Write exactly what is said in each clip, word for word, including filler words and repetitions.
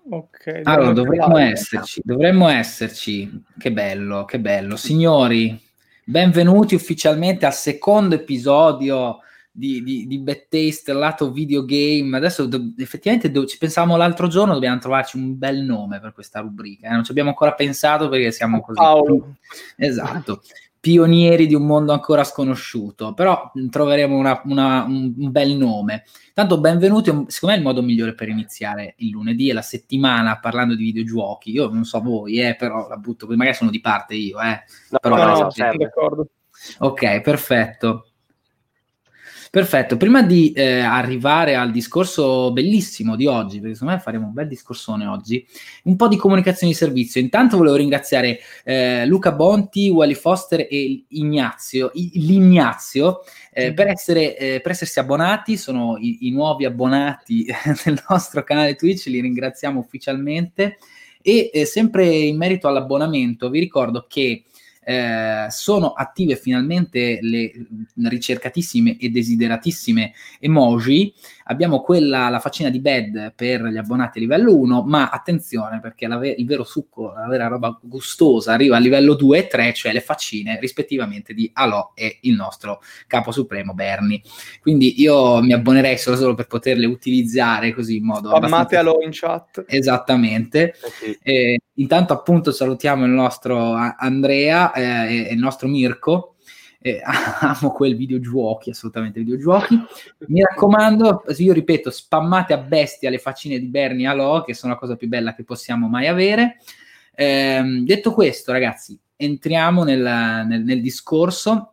Ok. Allora, dovremmo esserci, dovremmo esserci. Che bello, che bello. Signori, benvenuti ufficialmente al secondo episodio di, di, di Bad Taste lato videogame. Adesso do, effettivamente do, ci pensavamo l'altro giorno, dobbiamo trovarci un bel nome per questa rubrica. Eh? Non ci abbiamo ancora pensato perché siamo così. Paolo. Esatto. Pionieri di un mondo ancora sconosciuto, però troveremo una, una, un, un bel nome. Tanto benvenuti, secondo me è il modo migliore per iniziare il lunedì e la settimana parlando di videogiochi. Io non so voi, eh, però la butto, magari sono di parte io, eh. No, però no, no, no, no, sono d'accordo. Ok, perfetto. Perfetto, prima di eh, arrivare al discorso bellissimo di oggi, perché secondo me faremo un bel discorsone oggi, un po' di comunicazione di servizio. Intanto volevo ringraziare eh, Luca Bonti, Wally Foster e Ignazio, l'Ignazio eh, per, essere, eh, per essersi abbonati, sono i, i nuovi abbonati del nostro canale Twitch, li ringraziamo ufficialmente. E eh, sempre in merito all'abbonamento, vi ricordo che Eh, sono attive finalmente le ricercatissime e desideratissime emoji. Abbiamo quella, la faccina di Bad per gli abbonati a livello uno, ma attenzione perché la, il vero succo, la vera roba gustosa arriva a livello due e tre, cioè le faccine rispettivamente di Alò e il nostro capo supremo Bernie. Quindi io mi abbonerei solo, solo per poterle utilizzare così in modo Spammate abbastanza... Alò in chat. Esattamente. Eh sì. Eh, intanto appunto salutiamo il nostro Andrea eh, e il nostro Mirko. Eh, amo quel videogiochi, assolutamente videogiochi. Mi raccomando, io ripeto, spammate a bestia le faccine di Bernie Alò, che sono la cosa più bella che possiamo mai avere. Eh, detto questo, ragazzi, entriamo nel, nel, nel discorso,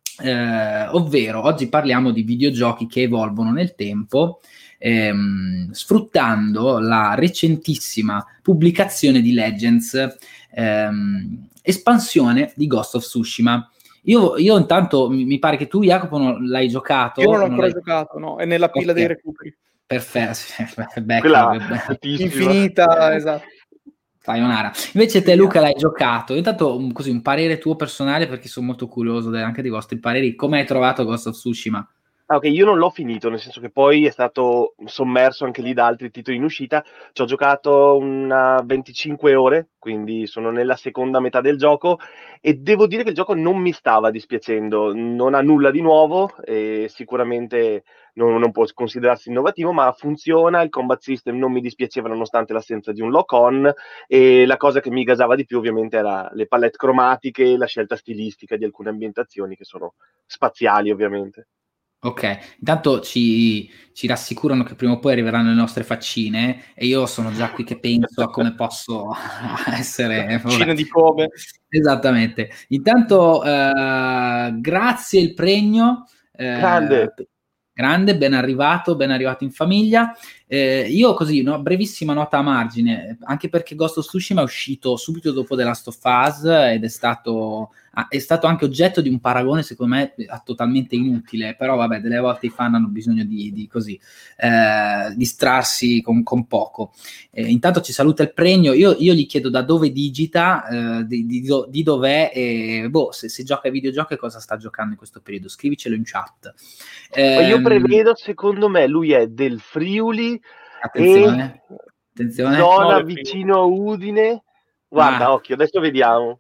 eh, ovvero oggi parliamo di videogiochi che evolvono nel tempo, ehm, sfruttando la recentissima pubblicazione di Legends, ehm, espansione di Ghost of Tsushima. Io, io intanto mi, mi pare che tu, Jacopo, non l'hai giocato. Io non l'ho non ancora l'hai... giocato, no, è nella pila Okay. dei recuperi. Perfetto, beh, Quella beh, altissima. Infinita, esatto. Sayonara. Invece te, Luca, l'hai giocato. Intanto un, così un parere tuo personale, perché sono molto curioso de- anche dei vostri pareri. Come hai trovato Ghost of Tsushima? Ah, ok, io non l'ho finito, nel senso che poi è stato sommerso anche lì da altri titoli in uscita. Ci ho giocato una venticinque ore, quindi sono nella seconda metà del gioco e devo dire che il gioco non mi stava dispiacendo, non ha nulla di nuovo e sicuramente non, non può considerarsi innovativo, ma funziona, il combat system non mi dispiaceva nonostante l'assenza di un lock-on e la cosa che mi gasava di più ovviamente era le palette cromatiche, la scelta stilistica di alcune ambientazioni che sono spaziali ovviamente. Ok, intanto ci, ci rassicurano che prima o poi arriveranno le nostre faccine e io sono già qui che penso a come posso essere... Faccina di Kobe. Esattamente. Intanto eh, grazie il premio. Eh, Grande. Grande, ben arrivato, ben arrivato in famiglia. Eh, io così, no, brevissima nota a margine, anche perché Ghost of Tsushima è uscito subito dopo The Last of Us ed è stato... Ah, è stato anche oggetto di un paragone secondo me totalmente inutile, però vabbè, delle volte i fan hanno bisogno di, di così eh, distrarsi con, con poco. Eh, intanto ci saluta il premio, io, io gli chiedo da dove digita, eh, di, di, di dov'è e boh, se, se gioca ai videogiochi cosa sta giocando in questo periodo, scrivicelo in chat. Ma io Ehm, prevedo, secondo me, lui è del Friuli attenzione, e attenzione. zona No, vicino a Udine. Guarda, Ah. occhio, adesso vediamo.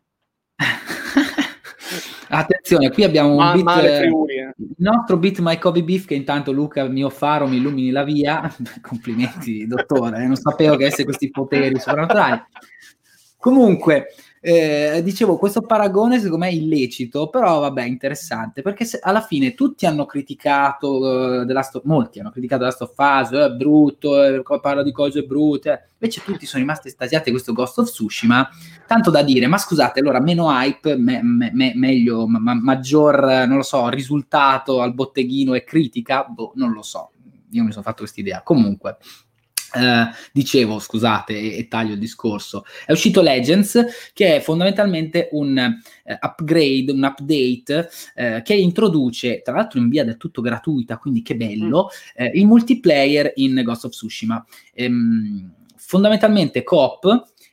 Attenzione, qui abbiamo un Ma, beat, male eh, Friuli, eh. il nostro beat My Kobe Beef, che intanto Luca, mio faro, mi illumini la via. Complimenti, dottore, non sapevo che avesse questi poteri soprannaturali. Comunque, eh, dicevo, questo paragone secondo me è illecito, però vabbè, interessante, perché se, alla fine tutti hanno criticato, uh, The Last of, molti hanno criticato The Last of Us, è eh, brutto, eh, parla di cose brutte, invece tutti sono rimasti estasiati di questo Ghost of Tsushima, tanto da dire, ma scusate, allora meno hype, me, me, me, meglio, ma, ma, maggior, non lo so, risultato al botteghino e critica, boh, non lo so, io mi sono fatto questa idea. Comunque, Uh, dicevo, scusate, e, e taglio il discorso, è uscito Legends, che è fondamentalmente un uh, upgrade, un update uh, che introduce, tra l'altro in via del tutto gratuita, quindi che bello, mm. uh, il multiplayer in Ghost of Tsushima. Um, fondamentalmente coop,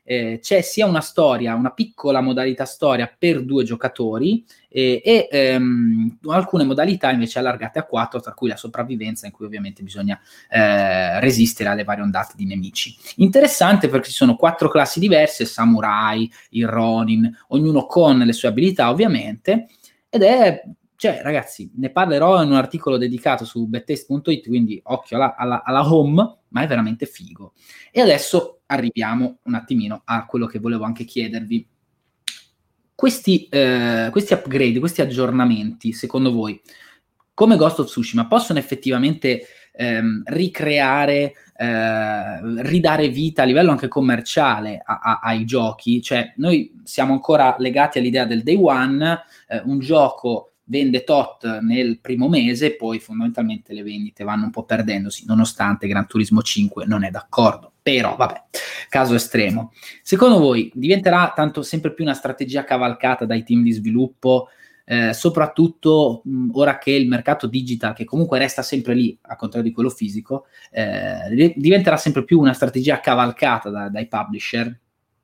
eh, c'è sia una storia, una piccola modalità storia per due giocatori eh, e ehm, alcune modalità invece allargate a quattro, tra cui la sopravvivenza, in cui ovviamente bisogna eh, resistere alle varie ondate di nemici. Interessante perché ci sono quattro classi diverse, samurai, il ronin, ognuno con le sue abilità ovviamente, ed è, cioè ragazzi, ne parlerò in un articolo dedicato su bettaste punto it, quindi occhio alla, alla, alla home, ma è veramente figo. E adesso arriviamo un attimino a quello che volevo anche chiedervi. Questi, eh, questi upgrade, questi aggiornamenti, secondo voi, come Ghost of Tsushima, possono effettivamente ehm, ricreare, eh, ridare vita a livello anche commerciale a, a, ai giochi? Cioè, noi siamo ancora legati all'idea del day one, eh, un gioco vende tot nel primo mese, poi fondamentalmente le vendite vanno un po' perdendosi, nonostante Gran Turismo cinque non è d'accordo. Però, vabbè, caso estremo. Secondo voi diventerà tanto sempre più una strategia cavalcata dai team di sviluppo, eh, soprattutto mh, ora che il mercato digital, che comunque resta sempre lì, a contrario di quello fisico, eh, diventerà sempre più una strategia cavalcata da, dai publisher?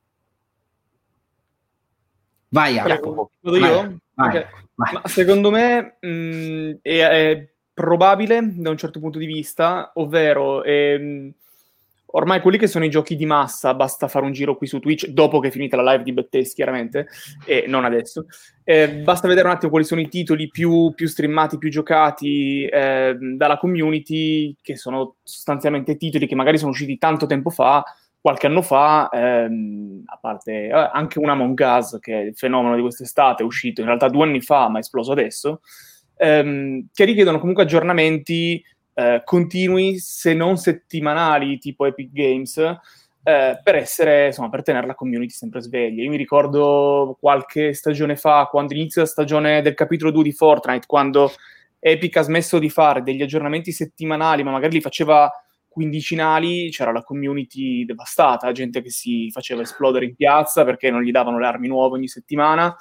Vai, Jacopo. Vado io? Vai, Okay. vai. Ma secondo me mh, è, è probabile da un certo punto di vista, ovvero ehm, ormai quelli che sono i giochi di massa, basta fare un giro qui su Twitch, dopo che è finita la live di Bettaste chiaramente, e non adesso, eh, basta vedere un attimo quali sono i titoli più, più streamati, più giocati eh, dalla community, che sono sostanzialmente titoli che magari sono usciti tanto tempo fa, qualche anno fa, ehm, a parte eh, anche un Among Us, che è il fenomeno di quest'estate, è uscito in realtà due anni fa, ma è esploso adesso, ehm, che richiedono comunque aggiornamenti eh, continui, se non settimanali, tipo Epic Games, eh, per essere, insomma, per tenere la community sempre sveglia. Io mi ricordo qualche stagione fa, quando inizia la stagione del capitolo due di Fortnite, quando Epic ha smesso di fare degli aggiornamenti settimanali, ma magari li faceva quindicinali, c'era la community devastata, gente che si faceva esplodere in piazza perché non gli davano le armi nuove ogni settimana,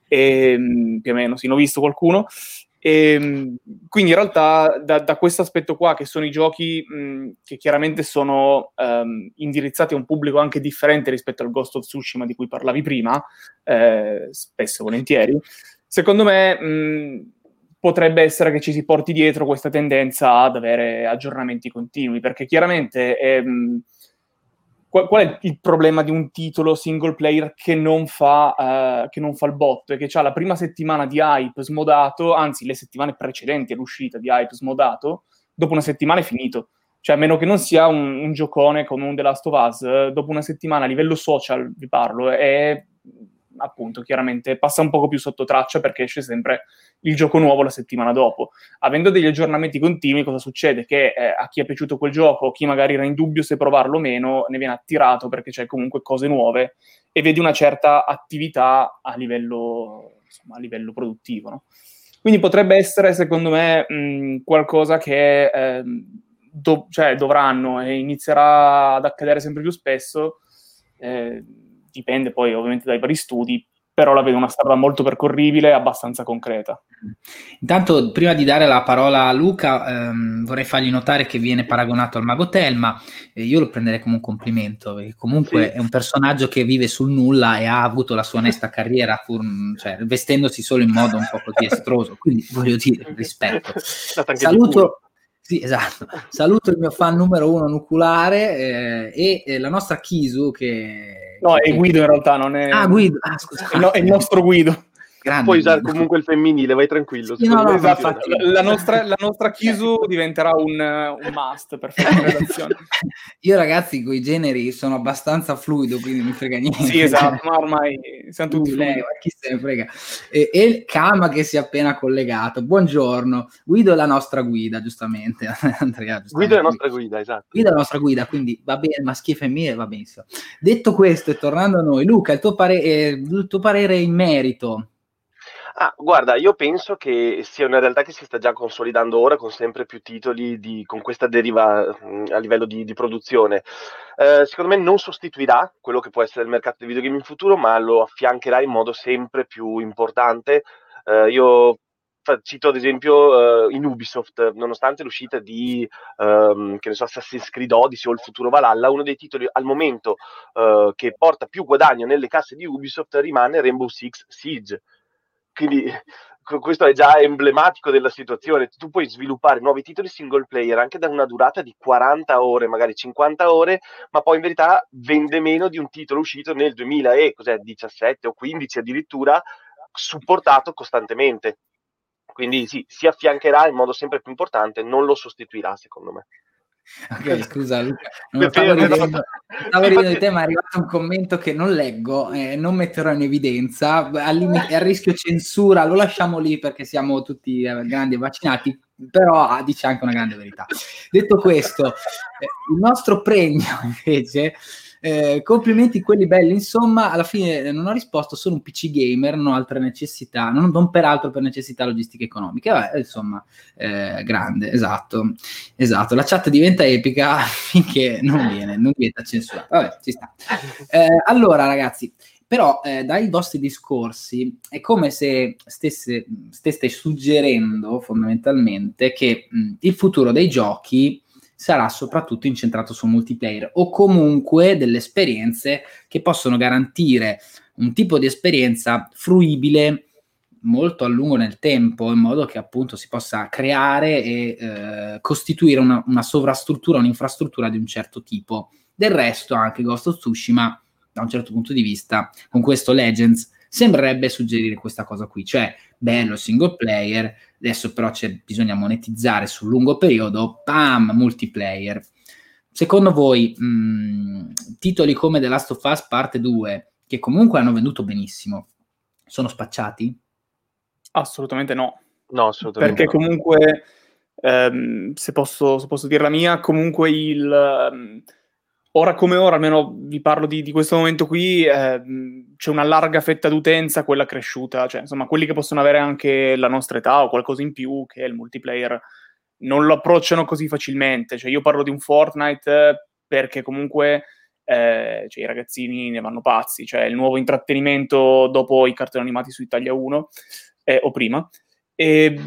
e più o meno, sì, ne ho visto qualcuno. E, quindi in realtà da, da questo aspetto qua, che sono i giochi mh, che chiaramente sono um, indirizzati a un pubblico anche differente rispetto al Ghost of Tsushima di cui parlavi prima, eh, spesso e volentieri, secondo me mh, potrebbe essere che ci si porti dietro questa tendenza ad avere aggiornamenti continui, perché chiaramente ehm, qual, qual è il problema di un titolo single player che non fa, uh, che non fa il botto? È che c'ha la prima settimana di hype smodato, anzi le settimane precedenti all'uscita di hype smodato, dopo una settimana è finito. Cioè, a meno che non sia un, un giocone come un The Last of Us, eh, dopo una settimana a livello social, vi parlo, è appunto chiaramente passa un poco più sotto traccia perché esce sempre il gioco nuovo la settimana dopo. Avendo degli aggiornamenti continui, cosa succede? Che eh, a chi è piaciuto quel gioco, chi magari era in dubbio se provarlo o meno, ne viene attirato perché c'è comunque cose nuove e vedi una certa attività a livello, insomma, a livello produttivo, no? Quindi potrebbe essere, secondo me, mh, qualcosa che eh, do- cioè, dovranno e inizierà ad accadere sempre più spesso, eh, dipende poi ovviamente dai vari studi, però la vedo una strada molto percorribile e abbastanza concreta. Intanto, prima di dare la parola a Luca, ehm, vorrei fargli notare che viene paragonato al Mago Telma, e io lo prenderei come un complimento, perché comunque sì, è un personaggio che vive sul nulla e ha avuto la sua onesta carriera, pur, cioè, vestendosi solo in modo un po' così estroso, quindi voglio dire, rispetto. Saluto... Sì, esatto. Saluto il mio fan numero uno nucleare eh, e eh, la nostra Kisu che... No, che, è Guido in realtà, non è... Ah, Guido, ah, scusa. È, no, è il nostro Guido. Grande puoi usare Guido. comunque il femminile, vai tranquillo. Sì, no, no, esatto, infatti... la, la nostra, la nostra Kisu diventerà un, un must per fare una redazione. Io ragazzi con i generi sono abbastanza fluido, quindi non mi frega niente. Sì, esatto, ma ormai siamo tutti lei, ma chi se ne frega. E, e Calma che si è appena collegato. Buongiorno. Guido è la nostra guida, giustamente. Andrea, giustamente. Guido è la nostra guida, esatto. Guido è la nostra guida, quindi va bene, maschile e femminile, va benissimo. Detto questo, e tornando a noi, Luca, il tuo, pare- eh, il tuo parere in merito? Ah, guarda, io penso che sia una realtà che si sta già consolidando ora con sempre più titoli di, con questa deriva mh, a livello di, di produzione. Eh, secondo me non sostituirà quello che può essere il mercato dei videogame in futuro, ma lo affiancherà in modo sempre più importante. Eh, io fa, cito ad esempio uh, in Ubisoft, nonostante l'uscita di um, che ne so, Assassin's Creed Odyssey o Il Futuro Valhalla, uno dei titoli al momento uh, che porta più guadagno nelle casse di Ubisoft rimane Rainbow Six Siege. Quindi questo è già emblematico della situazione. Tu puoi sviluppare nuovi titoli single player anche da una durata di quaranta ore, magari cinquanta ore, ma poi in verità vende meno di un titolo uscito nel duemiladiciassette o quindici addirittura, supportato costantemente. Quindi sì, si affiancherà in modo sempre più importante, non lo sostituirà secondo me. Ok, scusa Luca, non stavo ridendo, stavo ridendo di te, ma è arrivato un commento che non leggo, eh, non metterò in evidenza, al limite, a rischio censura, lo lasciamo lì perché siamo tutti eh, grandi e vaccinati, però ah, dice anche una grande verità. Detto questo, eh, il nostro premio invece, eh, complimenti quelli belli, insomma, alla fine non ho risposto, sono un P C gamer, non ho altre necessità, non, non peraltro per necessità logistiche economiche, vabbè, insomma, eh, grande, esatto, esatto, la chat diventa epica finché non viene, non diventa censurata, vabbè, ci sta. Eh, allora ragazzi, però eh, dai vostri discorsi è come se stesse, steste suggerendo fondamentalmente che mh, il futuro dei giochi sarà soprattutto incentrato sul multiplayer o comunque delle esperienze che possono garantire un tipo di esperienza fruibile molto a lungo nel tempo, in modo che appunto si possa creare e eh, costituire una, una sovrastruttura, un'infrastruttura di un certo tipo. Del resto anche Ghost of Tsushima, da un certo punto di vista, con questo Legends, sembrerebbe suggerire questa cosa qui, cioè bello single player, adesso però c'è bisogna monetizzare sul lungo periodo, pam, multiplayer. Secondo voi mh, titoli come The Last of Us parte due, che comunque hanno venduto benissimo, sono spacciati? Assolutamente no. No, assolutamente perché no. comunque ehm, se, posso, se posso dire la mia, comunque il um, ora come ora, almeno vi parlo di, di questo momento qui, ehm, c'è una larga fetta d'utenza, quella cresciuta, cioè insomma quelli che possono avere anche la nostra età o qualcosa in più, che è il multiplayer, non lo approcciano così facilmente. Cioè io parlo di un Fortnite perché comunque eh, cioè, i ragazzini ne vanno pazzi, cioè il nuovo intrattenimento dopo i cartoni animati su Italia uno eh, o prima. E,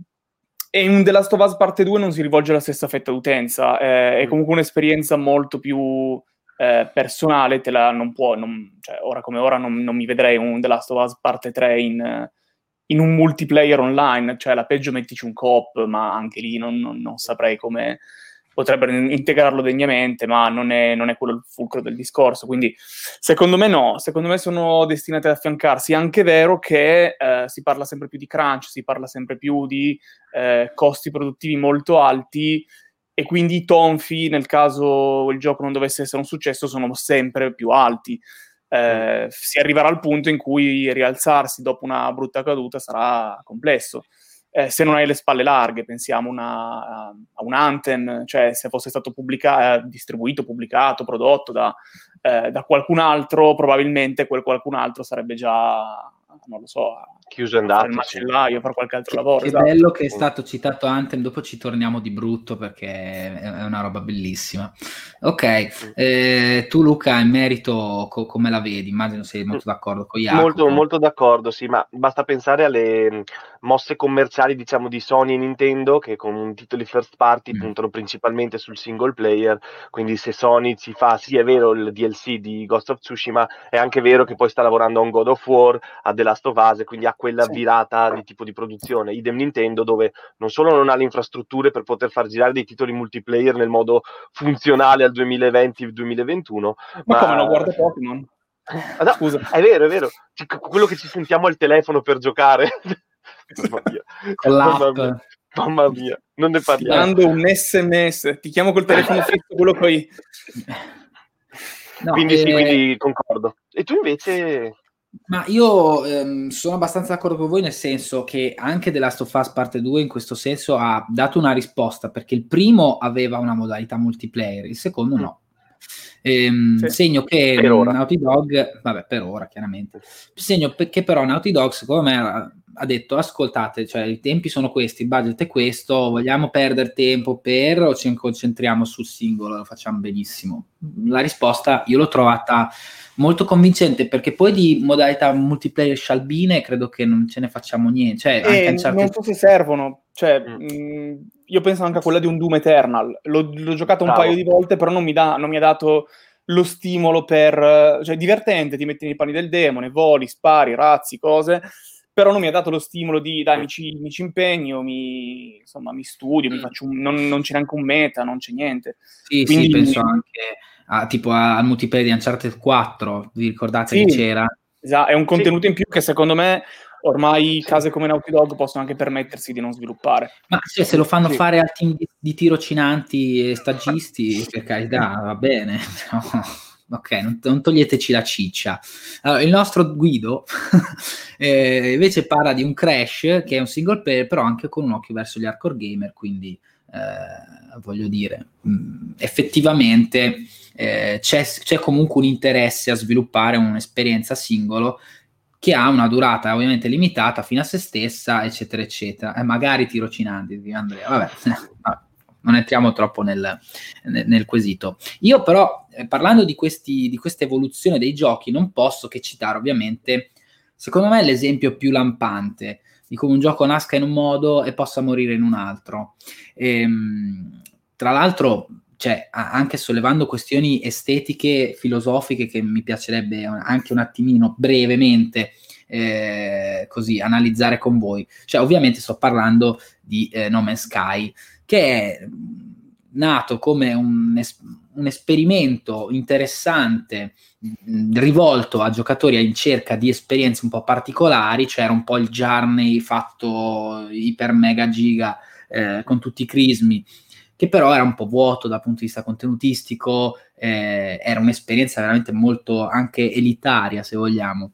e in The Last of Us parte due non si rivolge alla stessa fetta d'utenza, eh, è comunque un'esperienza molto più eh, personale, te la non può, non, cioè, ora come ora non, non mi vedrei un The Last of Us parte tre in, in un multiplayer online, cioè la peggio mettici un co-op, ma anche lì non, non, non saprei come potrebbero integrarlo degnamente, ma non è, non è quello il fulcro del discorso, quindi secondo me no, secondo me sono destinate ad affiancarsi. È anche vero che eh, si parla sempre più di crunch, si parla sempre più di eh, costi produttivi molto alti, e quindi i tonfi, nel caso il gioco non dovesse essere un successo, sono sempre più alti. Eh, si arriverà al punto in cui rialzarsi dopo una brutta caduta sarà complesso. Eh, se non hai le spalle larghe, pensiamo una, a un Anthem, cioè se fosse stato pubblica- distribuito, pubblicato, prodotto da, eh, da qualcun altro, probabilmente quel qualcun altro sarebbe già, non lo so, chiuso e a fare il andato, macellaio, a fare qualche altro Che, lavoro. che Esatto. bello che è stato citato Anthem, dopo ci torniamo di brutto perché è, è una roba bellissima. Ok, eh, tu Luca in merito co- come la vedi? Immagino sei molto d'accordo con Jacopo. Molto, molto d'accordo, sì, ma basta pensare alle mh, mosse commerciali, diciamo, di Sony e Nintendo, che con titoli first party Mm. puntano principalmente sul single player. Quindi se Sony ci fa, sì è vero, il D L C di Ghost of Tsushima, è anche vero che poi sta lavorando a un God of War, a The Last of Us, quindi ha quella Sì. virata di tipo di produzione. Idem Nintendo, dove non solo non ha le infrastrutture per poter far girare dei titoli multiplayer nel modo funzionale al duemilaventi duemilaventuno, Ma, ma... come no, guarda Pokémon. Ah, no, Scusa. è vero, è vero. C- quello che ci sentiamo al telefono per giocare. Mamma mia. Con Mamma l'app. mia. Mamma mia, non ne Ti parliamo. mando un S M S, ti chiamo col telefono fisso, quello poi... No, quindi sì, eh, quindi concordo. E tu invece... Ma io ehm, sono abbastanza d'accordo con voi, nel senso che anche The Last of Us parte due in questo senso ha dato una risposta, perché il primo aveva una modalità multiplayer, il secondo no. Ehm, Sì. Segno che Per ora. Naughty Dog, vabbè, per ora chiaramente, segno pe- che però Naughty Dog secondo me ha detto ascoltate, cioè i tempi sono questi, il budget è questo, vogliamo perdere tempo per o ci concentriamo sul singolo, lo facciamo benissimo? La risposta io l'ho trovata molto convincente, perché poi di modalità multiplayer scialbine credo che non ce ne facciamo niente, cioè anche Uncharted... non so se servono, cioè Mm. mh, io penso anche a quella di un Doom Eternal, l'ho, l'ho giocata un Bravo. paio di volte, però non mi, dà, non mi ha dato lo stimolo per, cioè divertente, ti metti nei panni del demone, voli, spari, razzi, cose, però non mi ha dato lo stimolo di dai, mi ci, mi ci impegno, mi, insomma, mi studio, mi faccio un, non, non c'è neanche un meta, non c'è niente. Sì, Quindi, sì, penso anche a, tipo a- al multiplayer di Uncharted quattro, vi ricordate sì, che c'era? esatto, è un contenuto in più che secondo me ormai case come Naughty Dog possono anche permettersi di non sviluppare. Ma cioè, se lo fanno Sì. fare al team di, di tirocinanti e stagisti, per carità, va bene. No, ok, non, non toglieteci la ciccia. Allora, il nostro Guido eh, invece parla di un Crash che è un single player, però anche con un occhio verso gli hardcore gamer, quindi eh, voglio dire, mh, effettivamente eh, c'è, c'è comunque un interesse a sviluppare un'esperienza singolo che ha una durata ovviamente limitata fino a se stessa, eccetera, eccetera. E magari tirocinanti, Andrea. Vabbè, vabbè, non entriamo troppo nel, nel, nel quesito. Io però, eh, parlando di, questi, di questa evoluzione dei giochi, non posso che citare ovviamente, secondo me, l'esempio più lampante di come un gioco nasca in un modo e possa morire in un altro. Ehm, tra l'altro, cioè, anche sollevando questioni estetiche, filosofiche, che mi piacerebbe anche un attimino brevemente eh, così analizzare con voi. Cioè, ovviamente sto parlando di eh, No Man's Sky, che è nato come un, es- un esperimento interessante mh, rivolto a giocatori in cerca di esperienze un po' particolari. C'era un po' il Journey fatto iper mega giga eh, con tutti i crismi, che però era un po' vuoto dal punto di vista contenutistico, eh, era un'esperienza veramente molto anche elitaria, se vogliamo,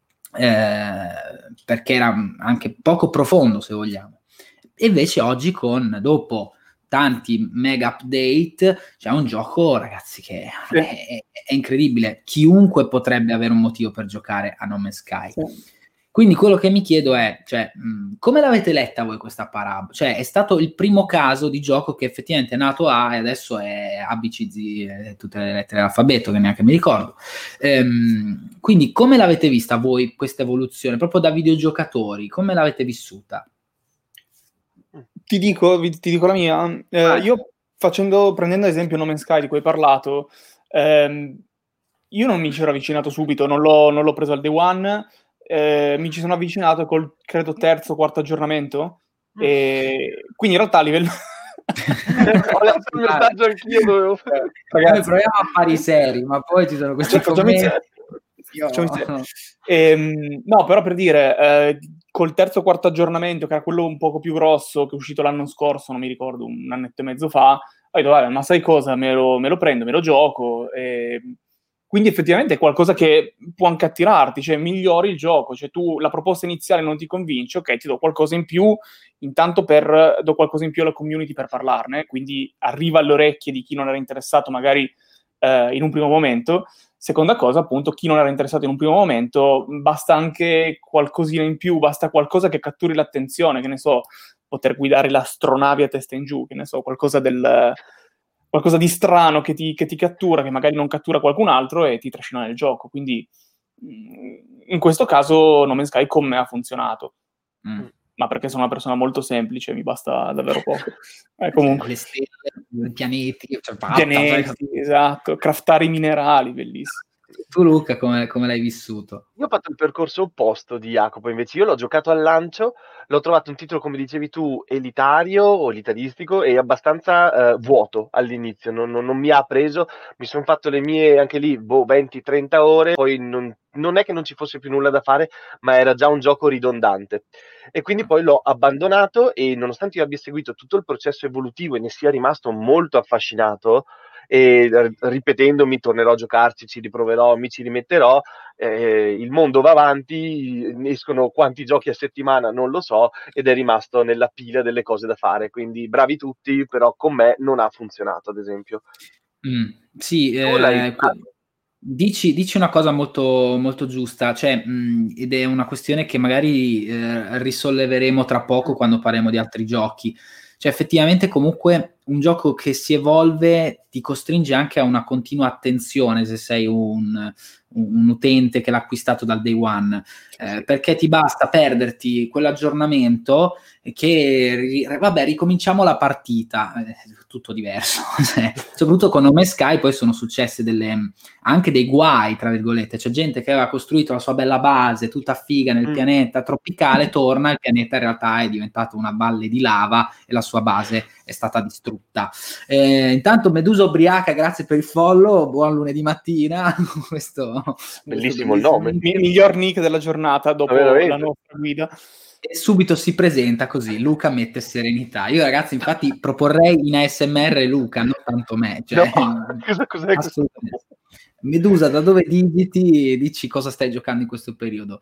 eh, perché era anche poco profondo, se vogliamo. E invece oggi, con dopo tanti mega update, c'è un gioco, ragazzi, che Sì. è, è incredibile. Chiunque potrebbe avere un motivo per giocare a No Man's Sky. Sì. Quindi quello che mi chiedo è, cioè, mh, come l'avete letta voi questa parabola? Cioè, è stato il primo caso di gioco che effettivamente è nato A e adesso è A, B, C, Z, eh, tutte le lettere dell'alfabeto, che neanche mi ricordo. Ehm, quindi come l'avete vista voi questa evoluzione, proprio da videogiocatori? Come l'avete vissuta? Ti dico, vi- ti dico la mia. Eh, io facendo, prendendo ad esempio No Man's Sky di cui hai parlato, ehm, io non mi ci ero avvicinato subito, non l'ho, non l'ho preso al day one, eh, mi ci sono avvicinato col, credo, terzo, quarto aggiornamento, e quindi in realtà a livello... Ho letto il messaggio anch'io, dovevo... Noi Ragazzi, proviamo a fare i seri, ma poi ci sono questi facciamo commenti. insieme. Io- Facciamo insieme. Ehm, no, però per dire, eh, col terzo o quarto aggiornamento, che era quello un poco più grosso, che è uscito l'anno scorso, non mi ricordo, un annetto e mezzo fa, ho detto, vabbè, ma sai cosa, me lo, me lo prendo, me lo gioco, e... quindi effettivamente è qualcosa che può anche attirarti, cioè migliori il gioco, cioè tu la proposta iniziale non ti convince, ok, ti do qualcosa in più, intanto per, do qualcosa in più alla community per parlarne, quindi arriva alle orecchie di chi non era interessato magari eh, in un primo momento. Seconda cosa, appunto, chi non era interessato in un primo momento, basta anche qualcosina in più, basta qualcosa che catturi l'attenzione, che ne so, poter guidare l'astronave a testa in giù, che ne so, qualcosa del... qualcosa di strano che ti, che ti cattura, che magari non cattura qualcun altro e ti trascina nel gioco. Quindi in questo caso No Man's Sky con me ha funzionato. Mm. Ma perché sono una persona molto semplice, mi basta davvero poco. Eh, comunque. Le stelle, i pianeti, cioè, basta, Pianeti, esatto, craftare i minerali, bellissimo. Tu Luca come, come l'hai vissuto? Io ho fatto il percorso opposto di Jacopo, invece io l'ho giocato al lancio, l'ho trovato un titolo, come dicevi tu, elitario o elitaristico e abbastanza eh, vuoto all'inizio, non, non, non mi ha preso, mi sono fatto le mie, anche lì, boh, venti trenta ore, poi non, non è che non ci fosse più nulla da fare, ma era già un gioco ridondante. E quindi poi l'ho abbandonato e nonostante io abbia seguito tutto il processo evolutivo e ne sia rimasto molto affascinato, e ripetendomi tornerò a giocarci, ci riproverò, mi ci rimetterò, eh, il mondo va avanti, escono quanti giochi a settimana non lo so, ed è rimasto nella pila delle cose da fare, quindi bravi tutti, però con me non ha funzionato, ad esempio. Mm, sì, Tu l'hai eh, que- Dici, dici una cosa molto, molto giusta, cioè, mh, ed è una questione che magari eh, risolleveremo tra poco quando parleremo di altri giochi. Cioè, effettivamente, comunque, un gioco che si evolve ti costringe anche a una continua attenzione se sei un, un utente che l'ha acquistato dal day one, eh, perché ti basta perderti quell'aggiornamento che, vabbè, ricominciamo la partita, è tutto diverso. Soprattutto con No Man's Sky poi sono successe delle, anche dei guai, tra virgolette. C'è gente che aveva costruito la sua bella base tutta figa nel mm. pianeta tropicale, torna, il pianeta in realtà è diventato una valle di lava e la sua base è stata distrutta. Eh, intanto Medusa Ubriaca, grazie per il follow, buon lunedì mattina. questo, bellissimo questo il nome. Mi- miglior nick della giornata dopo la nostra guida. E subito si presenta così, Luca mette serenità. Io ragazzi infatti proporrei in A S M R Luca, non tanto me. Cioè, no, cosa, cos'è assolutamente. Medusa, da dove digiti, dici cosa stai giocando in questo periodo.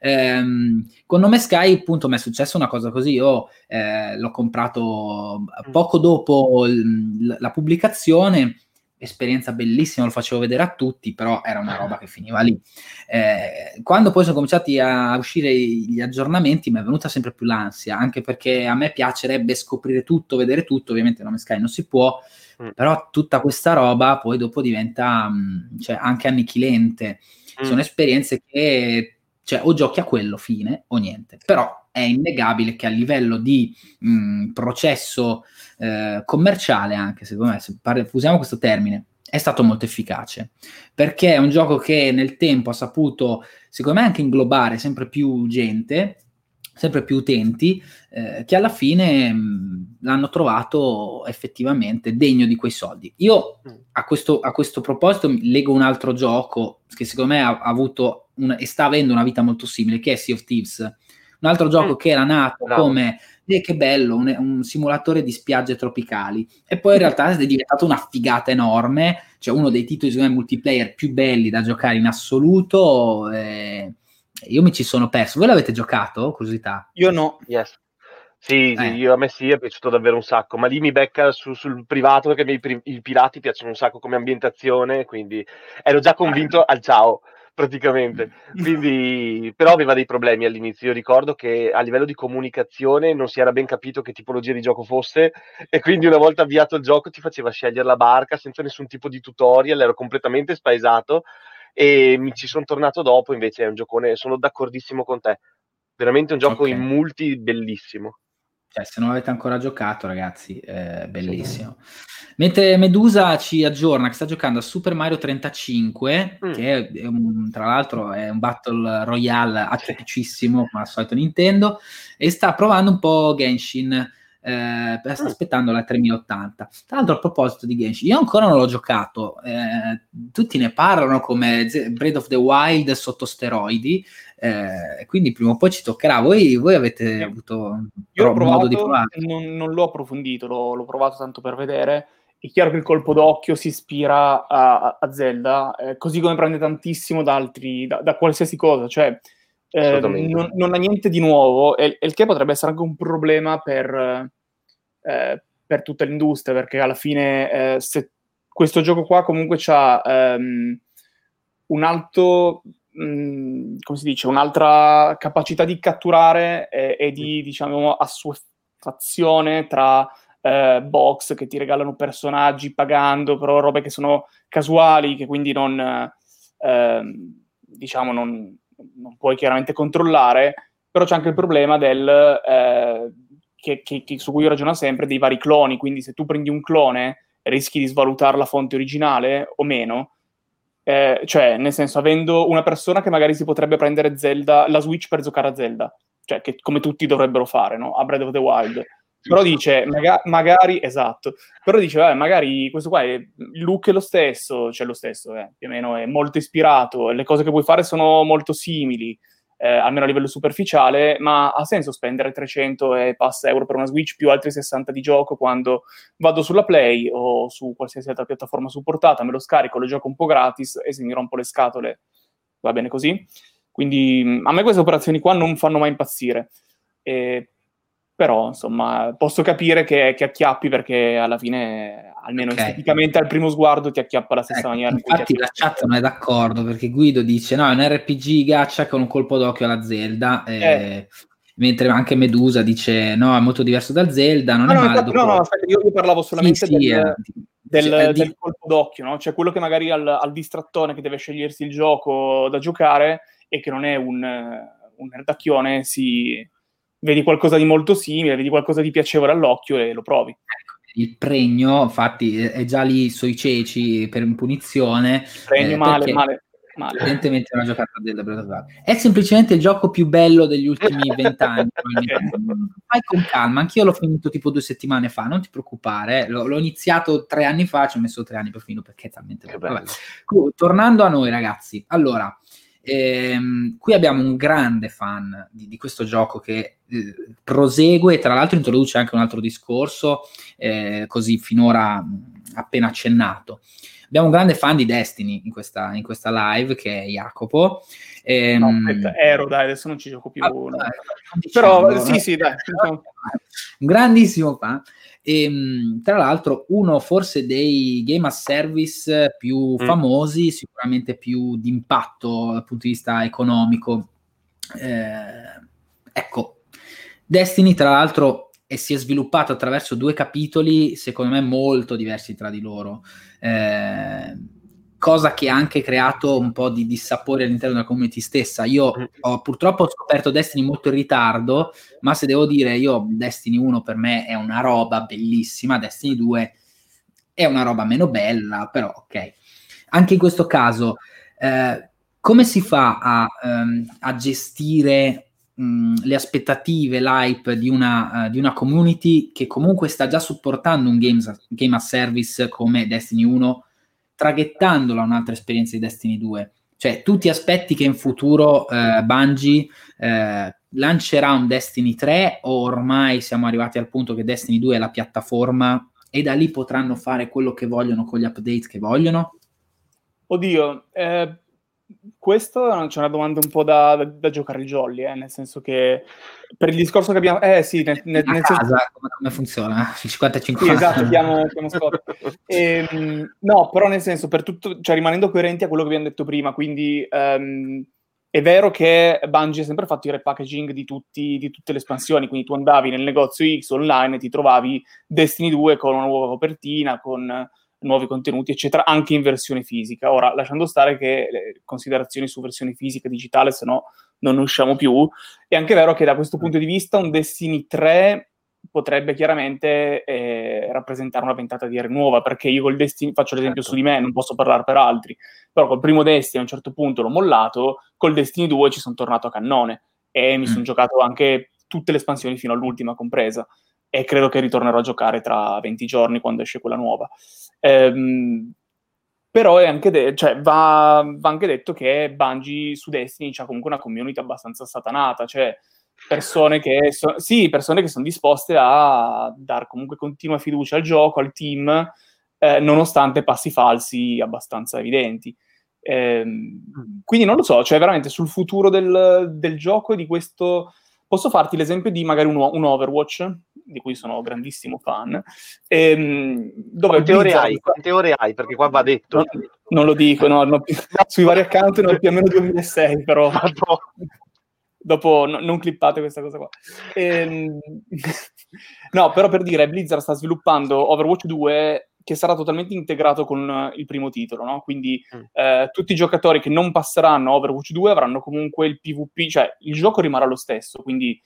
Ehm, con Nome Sky, appunto, mi è successa una cosa così. Io eh, l'ho comprato poco dopo l- la pubblicazione. Esperienza bellissima, lo facevo vedere a tutti, però era una roba che finiva lì. Eh, quando poi sono cominciati a uscire gli aggiornamenti mi è venuta sempre più l'ansia, anche perché a me piacerebbe scoprire tutto, vedere tutto, ovviamente Nome Sky non si può, mm. però tutta questa roba poi dopo diventa mh, cioè, anche annichilente. Mm. Sono esperienze che cioè, o giochi a quello, fine, o niente. Però è innegabile che a livello di mh, processo eh, commerciale, anche secondo me, se parli, usiamo questo termine, è stato molto efficace, perché è un gioco che nel tempo ha saputo, secondo me, anche inglobare sempre più gente, sempre più utenti, eh, che alla fine mh, l'hanno trovato effettivamente degno di quei soldi. Io a questo, a questo proposito leggo un altro gioco che secondo me ha, ha avuto una, e sta avendo una vita molto simile, che è Sea of Thieves, un altro gioco mm. che era nato Bravo. come eh, che bello, un, un simulatore di spiagge tropicali, e poi in realtà è diventato una figata enorme, cioè uno dei titoli secondo me multiplayer più belli da giocare in assoluto. eh, io mi ci sono perso. Voi l'avete giocato? Curiosità. Io no. Yes. Sì, eh. sì, io, a me sì, è piaciuto davvero un sacco, ma lì mi becca su, sul privato perché i, i pirati piacciono un sacco come ambientazione, quindi ero già convinto al ciao, praticamente. Quindi, però aveva dei problemi all'inizio. Io ricordo che a livello di comunicazione non si era ben capito che tipologia di gioco fosse, e quindi una volta avviato il gioco ti faceva scegliere la barca senza nessun tipo di tutorial, ero completamente spaesato, e mi ci sono tornato dopo. Invece è un giocone, sono d'accordissimo con te, veramente un gioco okay. in multi bellissimo. Cioè, se non avete ancora giocato, ragazzi, è bellissimo. Sì. Mentre Medusa ci aggiorna che sta giocando a Super Mario trentacinque, mm. che è un, tra l'altro è un Battle Royale atipicissimo, come al solito Nintendo, e sta provando un po' Genshin, eh, sta aspettando la tremila ottanta. Tra l'altro, a proposito di Genshin, io ancora non l'ho giocato, eh, tutti ne parlano come Breath of the Wild sotto steroidi, eh, quindi prima o poi ci toccherà. Voi, voi avete avuto io ho provato, modo di provare? Non, non l'ho approfondito, l'ho, l'ho provato tanto per vedere. È chiaro che il colpo d'occhio si ispira a, a Zelda, eh, così come prende tantissimo da altri, da, da qualsiasi cosa, cioè eh, non, non ha niente di nuovo, e, e il che potrebbe essere anche un problema per, eh, per tutta l'industria, perché alla fine eh, se questo gioco qua comunque c'ha um, un alto, mh, come si dice, un'altra capacità di catturare e, e di, diciamo, assuefazione tra eh, box che ti regalano personaggi pagando, però robe che sono casuali, che quindi non, eh, diciamo, non, non puoi chiaramente controllare, però c'è anche il problema del, eh, che, che, che, su cui io ragiono sempre, dei vari cloni, quindi se tu prendi un clone rischi di svalutare la fonte originale o meno. Eh, cioè, nel senso, avendo una persona che magari si potrebbe prendere Zelda, la Switch per giocare a Zelda, cioè che come tutti dovrebbero fare, no? A Breath of the Wild. Però dice, maga- magari, esatto, però dice, vabbè, magari questo qua, è, il look è lo stesso, cioè lo stesso, eh, più o meno è molto ispirato, le cose che puoi fare sono molto simili, eh, almeno a livello superficiale, ma ha senso spendere trecento e passa euro per una Switch più altri sessanta di gioco quando vado sulla Play o su qualsiasi altra piattaforma supportata, me lo scarico, lo gioco un po' gratis e se mi rompo le scatole va bene così. Quindi a me queste operazioni qua non fanno mai impazzire. E Però, insomma, posso capire che, che acchiappi, perché alla fine, almeno Okay. esteticamente, al primo sguardo ti acchiappa alla stessa Ecco, maniera in cui ti infatti la acchiappa. chat non è d'accordo, perché Guido dice no, è un R P G gacha con un colpo d'occhio alla Zelda, eh, Eh. mentre anche Medusa dice no, è molto diverso da Zelda, non No, è no, male infatti, no, dopo... no, aspetta, io, io parlavo Sì, solamente sì, eh, del, cioè, del, di- del colpo d'occhio, no? Cioè quello che magari al, al distrattone che deve scegliersi il gioco da giocare e che non è un, un nerdacchione, si vedi qualcosa di molto simile, vedi qualcosa di piacevole all'occhio e lo provi. ecco, il pregno, infatti, è è già lì sui ceci per punizione, Premio eh, male, perché male, male. evidentemente non ha giocato a Zelda Breath of the Wild. È semplicemente il gioco più bello degli ultimi vent'anni, probabilmente. Vai con calma, anch'io l'ho finito tipo due settimane fa, non ti preoccupare, eh. L'ho, l'ho iniziato tre anni fa, ci ho messo tre anni per finirlo perché è talmente Che bello. bello. Vabbè. Comunque, tornando a noi ragazzi, allora, ehm, qui abbiamo un grande fan di, di questo gioco che eh, prosegue e tra l'altro introduce anche un altro discorso, eh, così finora mh, appena accennato. Abbiamo un grande fan di Destiny in questa, in questa live, che è Jacopo. Ehm, No, aspetta, ero, dai, adesso non ci gioco più. ah, No. dai, Però, diciamolo. sì, sì, dai. Diciamo. Un grandissimo fan. E, tra l'altro, uno forse dei game as service più Mm. famosi, sicuramente più d'impatto dal punto di vista economico. Eh, ecco, Destiny, tra l'altro, e si è sviluppato attraverso due capitoli, secondo me, molto diversi tra di loro. Eh, cosa che ha anche creato un po' di dissapore all'interno della community stessa. Io ho, purtroppo ho scoperto Destiny molto in ritardo, ma se devo dire, io Destiny uno per me è una roba bellissima, Destiny due è una roba meno bella, però ok. Anche in questo caso, eh, come si fa a, um, a gestire mh, le aspettative, l'hype di una, uh, di una community che comunque sta già supportando un games, game as service come Destiny uno, traghettandola a un'altra esperienza di Destiny due? Cioè, tu ti aspetti che in futuro eh, Bungie eh, lancerà un Destiny tre, o ormai siamo arrivati al punto che Destiny due è la piattaforma e da lì potranno fare quello che vogliono con gli update che vogliono? Oddio, eh, questa c'è una domanda un po' da, da, da giocare il jolly, eh, nel senso che per il discorso che abbiamo... Eh sì, nel, nel, A nel casa, senso... come, come funziona? cinquanta Sì, esatto, cinquanta? chiamo, chiamo Scott. Ehm, no, però nel senso, per tutto, cioè rimanendo coerenti a quello che abbiamo detto prima, quindi ehm, è vero che Bungie ha sempre fatto il repackaging di, tutti, di tutte le espansioni, quindi tu andavi nel negozio X online e ti trovavi Destiny due con una nuova copertina, con nuovi contenuti, eccetera, anche in versione fisica. Ora, lasciando stare che le considerazioni su versione fisica digitale, se no non ne usciamo più, è anche vero che da questo punto di vista un Destiny tre potrebbe chiaramente eh, rappresentare una ventata di aria nuova, perché io col Destiny, faccio l'esempio Certo. su di me, non posso parlare per altri, però col primo Destiny a un certo punto l'ho mollato, col Destiny due ci sono tornato a cannone e mi Mm. sono giocato anche tutte le espansioni fino all'ultima compresa, e credo che ritornerò a giocare tra venti giorni quando esce quella nuova. Ehm, però è anche de- cioè, va, va anche detto che Bungie su Destiny c'ha comunque una community abbastanza satanata, cioè persone che, so- sì, persone che sono disposte a dare comunque continua fiducia al gioco, al team, eh, nonostante passi falsi abbastanza evidenti. Ehm, quindi non lo so, cioè veramente sul futuro del, del gioco e di questo... Posso farti l'esempio di magari un, un Overwatch, di cui sono grandissimo fan, ehm, dove Quante ore Blizzard... hai? Quante ore hai? Perché qua va detto. Non, non lo dico, no, no, più- sui vari account ne ho più o meno duemilasei, però Madonna. dopo no, non clippate questa cosa qua. Ehm, no, però per dire, Blizzard sta sviluppando Overwatch due che sarà totalmente integrato con il primo titolo, no? Quindi Mm. eh, tutti i giocatori che non passeranno a Overwatch due avranno comunque il PvP, cioè il gioco rimarrà lo stesso, quindi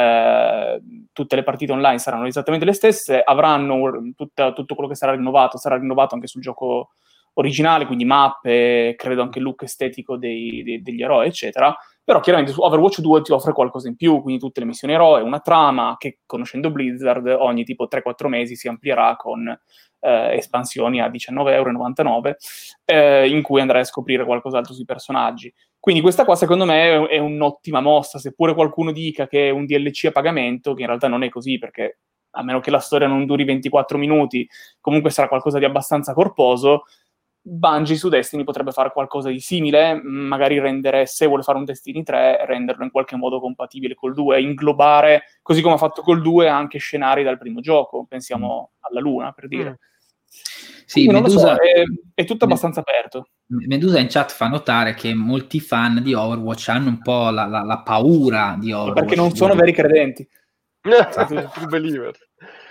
eh, tutte le partite online saranno esattamente le stesse, avranno tutta, tutto quello che sarà rinnovato, sarà rinnovato anche sul gioco originale, quindi mappe, credo anche il look estetico dei, dei, degli eroi, eccetera. Però chiaramente su Overwatch due ti offre qualcosa in più, quindi tutte le missioni eroe, una trama che, conoscendo Blizzard, ogni tipo tre quattro mesi si amplierà con eh, espansioni a diciannove virgola novantanove euro, eh, in cui andrai a scoprire qualcos'altro sui personaggi. Quindi questa qua secondo me è un'ottima mossa, seppure qualcuno dica che è un D L C a pagamento, che in realtà non è così, perché a meno che la storia non duri ventiquattro minuti, comunque sarà qualcosa di abbastanza corposo. Bungie su Destiny potrebbe fare qualcosa di simile, magari rendere, se vuole fare un Destiny tre, renderlo in qualche modo compatibile col due, inglobare, così come ha fatto col due, anche scenari dal primo gioco, pensiamo mm. alla Luna, per dire. Mm. Sì, non Medusa, lo so, è, è tutto abbastanza aperto. Medusa in chat fa notare che molti fan di Overwatch hanno un po' la, la, la paura di Overwatch. Perché non sono veri credenti. True believers.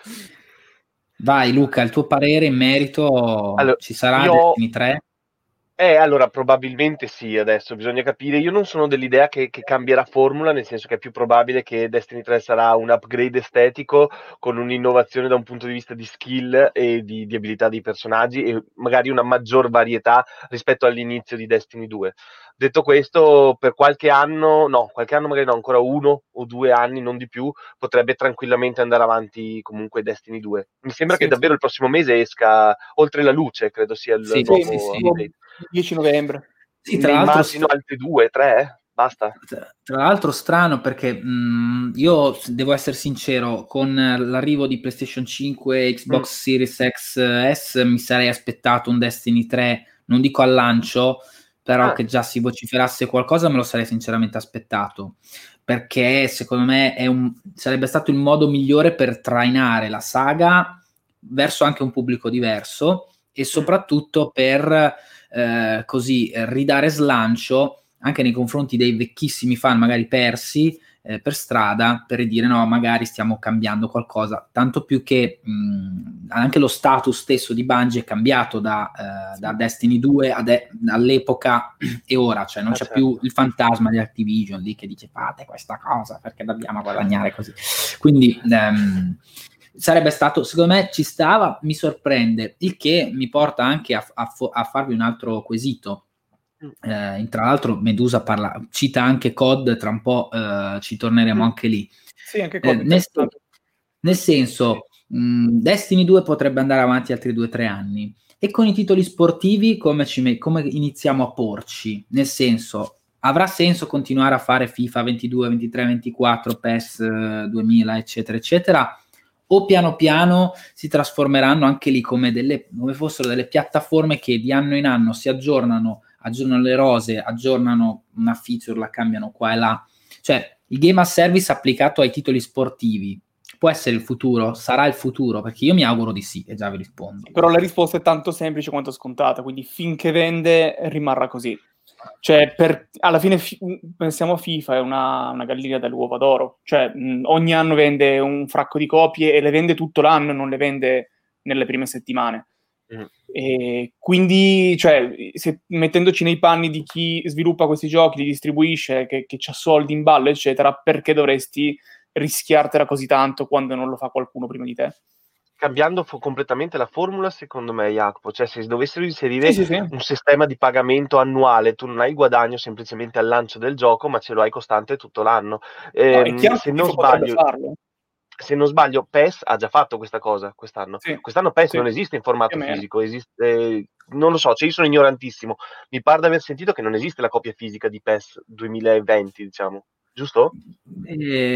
Vai Luca, il tuo parere in merito, allora, ci sarà io... Destiny tre? Eh, allora, probabilmente sì, adesso bisogna capire. Io non sono dell'idea che, che cambierà formula, nel senso che è più probabile che Destiny tre sarà un upgrade estetico con un'innovazione da un punto di vista di skill e di, di abilità dei personaggi e magari una maggior varietà rispetto all'inizio di Destiny due. Detto questo, per qualche anno, no, qualche anno magari no, ancora uno o due anni, non di più, potrebbe tranquillamente andare avanti comunque Destiny due. Mi sembra sì, che davvero sì. il prossimo mese esca Oltre la Luce, credo sia il sì, nuovo sì, sì. update. dieci novembre. Sì, tra ne l'altro immagino st- altri due, tre, eh? Basta. Tra, tra l'altro strano perché mh, io devo essere sincero, con l'arrivo di PlayStation cinque e Xbox mm. Series X S mi sarei aspettato un Destiny tre, non dico al lancio, però ah. che già si vociferasse qualcosa me lo sarei sinceramente aspettato, perché secondo me è un, sarebbe stato il modo migliore per trainare la saga verso anche un pubblico diverso e soprattutto per eh, così ridare slancio anche nei confronti dei vecchissimi fan magari persi eh, per strada, per dire no, magari stiamo cambiando qualcosa, tanto più che mh, anche lo status stesso di Bungie è cambiato da, eh, sì. da Destiny due ad, all'epoca e ora, cioè non ah, c'è certo. più il fantasma di Activision lì che dice fate questa cosa perché dobbiamo guadagnare così, quindi ehm, sarebbe stato, secondo me ci stava, mi sorprende, il che mi porta anche a, a, a farvi un altro quesito. Eh, tra l'altro Medusa parla, cita anche C O D, tra un po' eh, ci torneremo mm. anche lì. Sì, anche C O D, eh, nel, sen- nel senso, mh, Destiny due potrebbe andare avanti altri due o tre anni. E con i titoli sportivi come, ci me- come iniziamo a porci? Nel senso, avrà senso continuare a fare FIFA ventidue, ventitré, ventiquattro, PES eh, duemila, eccetera, eccetera? O piano piano si trasformeranno anche lì come, delle, come fossero delle piattaforme che di anno in anno si aggiornano, aggiornano le rose, aggiornano una feature, la cambiano qua e là. Cioè, il game as service applicato ai titoli sportivi può essere il futuro? Sarà il futuro? Perché io mi auguro di sì, e già vi rispondo. Però la risposta è tanto semplice quanto scontata, quindi finché vende rimarrà così. Cioè, per, alla fine fi, pensiamo a FIFA, è una, una gallina dall'uovo d'oro. Cioè, mh, ogni anno vende un fracco di copie e le vende tutto l'anno, non le vende nelle prime settimane. Mm. E quindi, cioè, se, mettendoci nei panni di chi sviluppa questi giochi, li distribuisce, che, che c'ha soldi in ballo, eccetera, perché dovresti rischiartela così tanto quando non lo fa qualcuno prima di te? Cambiando fo- completamente la formula, secondo me, Jacopo, cioè se dovessero inserire sì, sì, sì. un sistema di pagamento annuale, tu non hai guadagno semplicemente al lancio del gioco, ma ce lo hai costante tutto l'anno. Eh, no, se non sbaglio, farlo. se non sbaglio, PES ha già fatto questa cosa quest'anno. Sì, quest'anno PES sì. non esiste in formato fisico, esiste, eh, non lo so, cioè io sono ignorantissimo. Mi pare di aver sentito che non esiste la copia fisica di PES duemilaventi, diciamo. Giusto? Eh,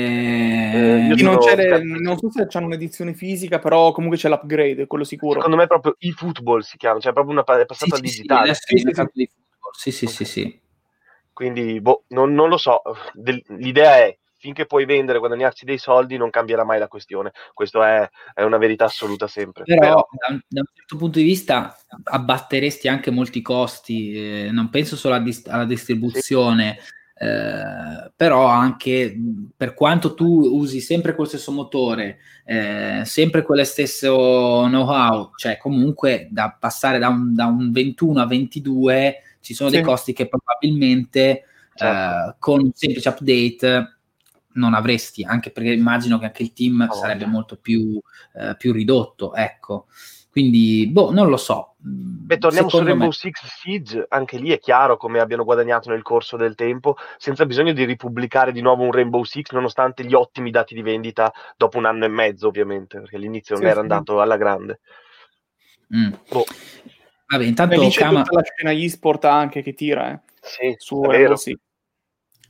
eh, non, c'è le, non so se c'hanno un'edizione fisica, però comunque c'è l'upgrade, quello sicuro. Secondo me proprio eFootball si chiama, cioè proprio una è passata sì, al sì, digitale. Sì, sì, sì, di sì, sì, sì, sì. Quindi, boh, non, non lo so. Del, l'idea è, finché puoi vendere, guadagnarci dei soldi, non cambierà mai la questione. Questo è, è una verità assoluta sempre. Però, Però da, un, da un certo punto di vista, abbatteresti anche molti costi. Eh, non penso solo alla, dis- alla distribuzione. Sì. Eh, però anche per quanto tu usi sempre quel stesso motore, eh, sempre quello stesso know-how, cioè comunque da passare da un, da un ventuno a ventidue ci sono sì. dei costi che probabilmente certo. eh, con un semplice update non avresti, anche perché immagino che anche il team oh, sarebbe yeah. molto più, eh, più ridotto, ecco. Quindi, boh, non lo so. Beh, torniamo su Rainbow me... Six Siege, anche lì è chiaro come abbiano guadagnato nel corso del tempo, senza bisogno di ripubblicare di nuovo un Rainbow Six, nonostante gli ottimi dati di vendita dopo un anno e mezzo, ovviamente, perché all'inizio sì, non era sì. andato alla grande. Mm. Boh. Vabbè, intanto Beh, lì c'è Kama... tutta la scena e-sport anche che tira, eh, sì, su Rainbow Six.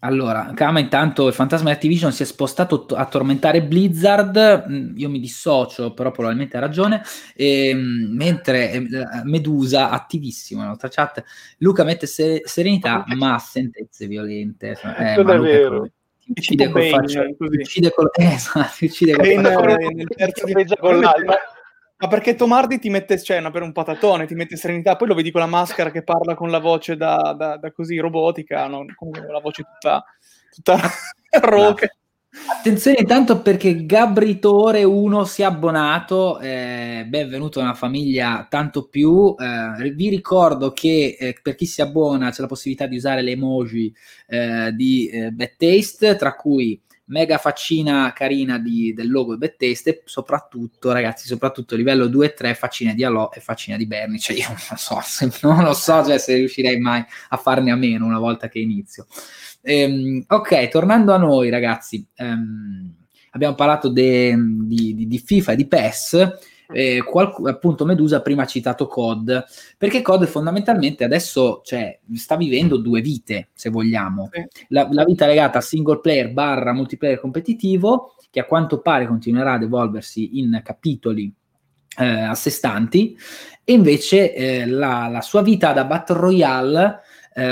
Allora, Kama intanto il fantasma di Activision si è spostato a tormentare Blizzard, mm, io mi dissocio, però probabilmente ha ragione, e, mm, mentre eh, Medusa, attivissimo nella nostra chat, Luca mette se- serenità ma sentenze violente. Eh, non ma è Luca vero. ti uccide col Pain, faccia, ti così. uccide col, eh, esatto, ti uccide col Pain, faccia. eh, nel terzo di... con l'alba. Ma perché Tomardi ti mette scena per un patatone, ti mette serenità, poi lo vedi con la maschera che parla con la voce da, da, da così robotica, no? Con la voce tutta, tutta roca. Attenzione intanto perché Gabritore uno si è abbonato, eh, benvenuto nella famiglia tanto più, eh, vi ricordo che eh, per chi si abbona c'è la possibilità di usare le emoji eh, di eh, Bad Taste, tra cui mega faccina carina di, del logo di Bad Taste e soprattutto ragazzi, soprattutto livello due e tre faccina di Alò e faccina di Bernie, cioè io non lo so, se, non lo so cioè, se riuscirei mai a farne a meno una volta che inizio. Ehm, ok, tornando a noi ragazzi, ehm, abbiamo parlato de, di, di, di FIFA e di P E S, eh, qualc- appunto Medusa prima ha citato C O D, perché C O D fondamentalmente adesso cioè, sta vivendo due vite, se vogliamo. Sì. La, la vita legata a single player barra multiplayer competitivo, che a quanto pare continuerà ad evolversi in capitoli eh, a sé stanti, e invece eh, la, la sua vita da Battle Royale eh,